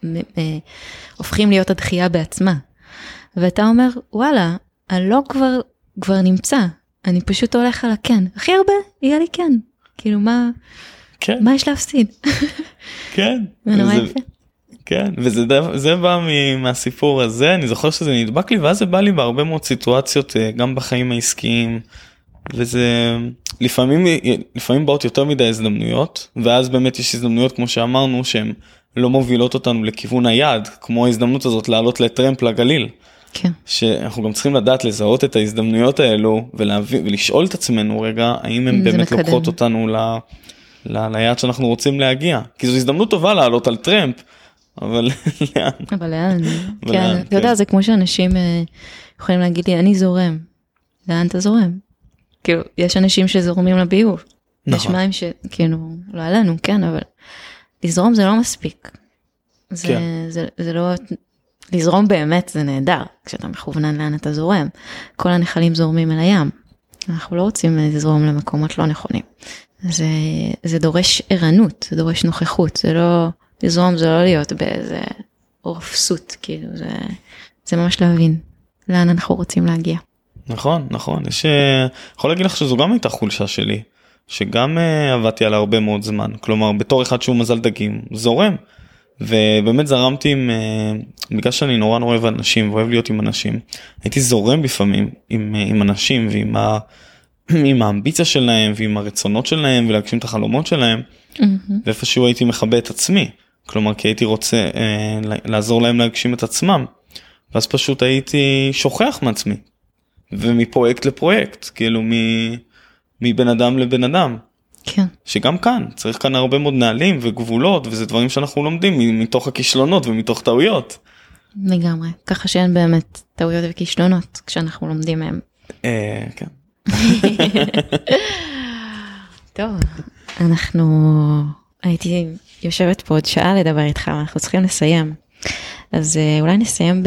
הופכים להיות הדחייה בעצמה. ואתה אומר, וואלה, הלא כבר נמצא, אני פשוט הולך על הכן. הכי הרבה יהיה לי כן. כאילו, מה יש להפסיד? כן. ונורא יפה. כן, וזה בא מהסיפור הזה, אני זוכר שזה נדבק לי, ואז זה בא לי בהרבה מאוד סיטואציות, גם בחיים העסקיים, וזה לפעמים באות יותר מדי הזדמנויות, ואז באמת יש הזדמנויות, כמו שאמרנו, שהן לא מובילות אותנו לכיוון היעד, כמו ההזדמנות הזאת לעלות לטרמפ לגליל. כן. שאנחנו גם צריכים לדעת לזהות את ההזדמנויות האלו, ולשאול את עצמנו רגע, האם הן באמת לוקחות אותנו ליעד שאנחנו רוצים להגיע. כי זו הזדמנות טובה לעלות על טרמפ, אבל לאן? אבל לאן? כן, אתה יודע, זה כמו שאנשים יכולים להגיד לי, אני זורם. לאן אתה זורם? כאילו, יש אנשים שזורמים לביוב. יש מים שכאילו, לא עלינו, כן, אבל לזרום זה לא מספיק. זה לא, לזרום באמת זה נהדר, כשאתה מכוונן לאן אתה זורם. כל הנחלים זורמים אל הים. אנחנו לא רוצים לזרום למקומות לא נכונים. זה דורש ערנות, זה דורש נוכחות, זה לא... לזרום זה לא להיות באיזה רופסות, כאילו זה ממש להבין לאן אנחנו רוצים להגיע. נכון, יכול להגיד לך שזו גם הייתה חולשה שלי, שגם עבדתי עליה הרבה מאוד זמן, כלומר בתור אחד שהוא מזל דגים, זורם, ובאמת זרמתי בגלל שאני נורא אוהב אנשים, ואוהב להיות עם אנשים, הייתי זורם לפעמים עם אנשים ועם עם האמביציה שלהם ועם הרצונות שלהם ולהגשים את החלומות שלהם, ואיפשהו הייתי מכבה את עצמי, כלומר כי הייתי רוצה לעזור להם להגשים את עצמם, ואז פשוט הייתי שוכח מעצמי, ומפרויקט לפרויקט, כאילו מבן אדם לבן אדם. כן. שגם כאן, צריך כאן הרבה מאוד נהלים וגבולות, וזה דברים שאנחנו לומדים מתוך הכישלונות ומתוך טעויות. לגמרי, ככה שאין באמת טעויות וכישלונות כשאנחנו לומדים מהם. כן. טוב, הייתי יושבת פה עוד שעה לדבר איתך, אנחנו צריכים לסיים. אז אולי נסיים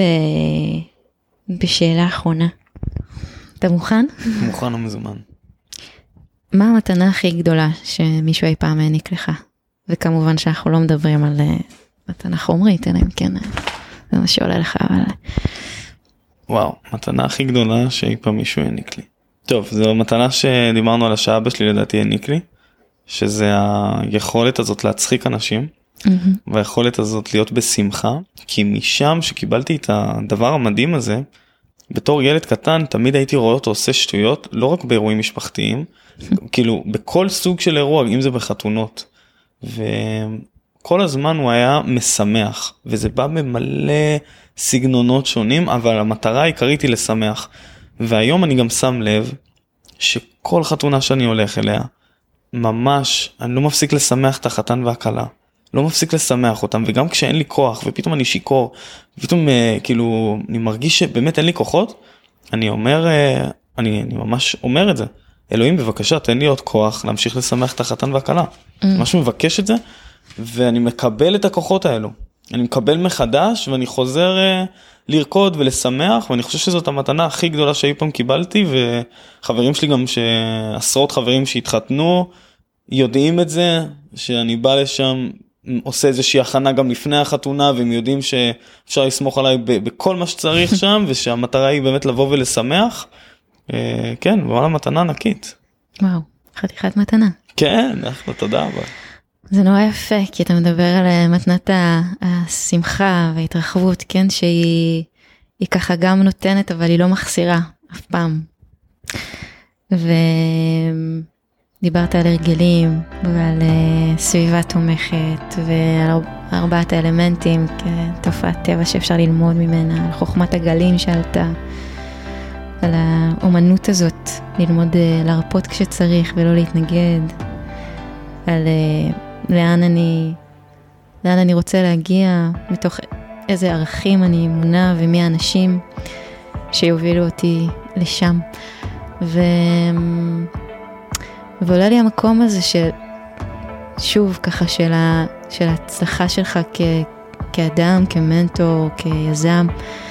בשאלה האחרונה. אתה מוכן? מוכן ומזומן. מה המתנה הכי גדולה שמישהו אי פעם העניק לך? וכמובן שאנחנו לא מדברים על מתנה חומרית, אלא אם כן, זה מה שעולה לך, אבל... וואו, מתנה הכי גדולה שאי פעם מישהו העניק לי. טוב, זו מתנה שדיברנו על שאבא שלי לדעתי העניק לי, שזה היכולת הזאת להצחיק אנשים, והיכולת הזאת להיות בשמחה, כי משם שקיבלתי את הדבר המדהים הזה, בתור ילד קטן תמיד הייתי רואה אותו עושה שטויות, לא רק באירועים משפחתיים, כאילו בכל סוג של אירוע, אם זה בחתונות, וכל הזמן הוא היה משמח, וזה בא במלא סגנונות שונים, אבל המטרה העיקרית היא לשמח, והיום אני גם שם לב, שכל חתונה שאני הולך אליה, ממש, אני לא מפסיק לשמח את החתן והכלה, לא מפסיק לשמח אותם, וגם כשאין לי כוח, ופתאום אני שיקור, ופתאום כאילו, אני מרגיש שבאמת אין לי כוחות, אני אומר, אני ממש אומר את זה, אלוהים בבקשה, תן לי עוד כוח, להמשיך לשמח את החתן והכלה, ממש מבקש את זה, ואני מקבל את הכוחות האלו, אני מקבל מחדש, ואני חוזר לרקוד ולשמח, ואני חושב שזאת המתנה הכי גדולה שאי פעם קיבלתי, וחברים שלי גם, עשרות חברים שהתחתנו, יודעים את זה, שאני בא לשם, עושה איזושהי הכנה גם לפני החתונה, והם יודעים שאפשר לסמוך עליי בכל מה שצריך שם, ושהמטרה היא באמת לבוא ולשמח. כן, וואלה מתנה ענקית. וואו, חתיכת מתנה. כן, תודה רבה. זה נורא יפה, כי אתה מדבר על מתנת השמחה וההתרחבות, כן, שהיא ככה גם נותנת, אבל היא לא מחסירה אף פעם. דיברת על הרגלים ועל סביבה תומכת ועל ארבעת האלמנטים כתופעת טבע שאפשר ללמוד ממנה, על חוכמת הגלים שעלתה, על האומנות הזאת, ללמוד להרפות כשצריך ולא להתנגד, על לאן אני רוצה להגיע, מתוך איזה ערכים אני אמונה ומי האנשים שיובילו אותי לשם. ועולה לי המקום הזה שוב ככה של ההצלחה שלך כאדם, כמנטור, כיזם,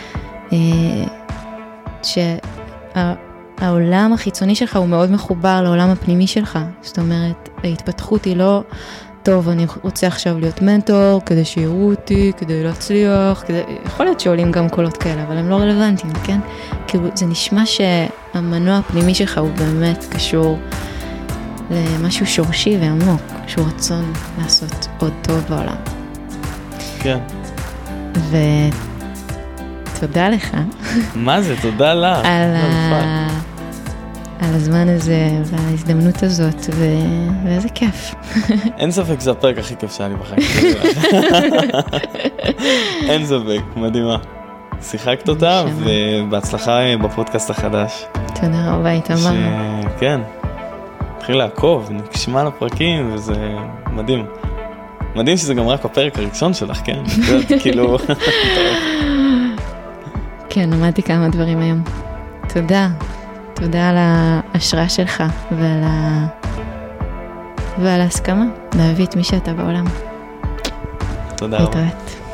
שהעולם החיצוני שלך הוא מאוד מחובר לעולם הפנימי שלך. זאת אומרת, ההתפתחות היא לא, טוב, אני רוצה עכשיו להיות מנטור, כדי שיראו אותי, כדי להצליח, יכול להיות שעולים גם קולות כאלה, אבל הם לא רלוונטיים, כן? כי זה נשמע שהמנוע הפנימי שלך הוא באמת קשור למשהו שורשי ועמוק, שהוא רצון לעשות עוד טוב בעולם. כן. ותודה לך. מה זה? תודה לך. על הזמן הזה וההזדמנות הזאת, ואיזה כיף. אין ספק, זה הפרק הכי כיף שהיה לי בחיים. אין ספק, מדהימה. שיחקת אותה, ובהצלחה בפודקאסט החדש. תודה רבה, איתמר. כן. התחיל לעקוב, נשמע לפרקים, וזה מדהים. מדהים שזה גם רק הפרק הראשון שלך, כן? כאילו... כן, למדתי כמה דברים היום. תודה. תודה על ההשראה שלך ועל ההסכמה להביא את מי שאתה בעולם. תודה רבה. להתראות.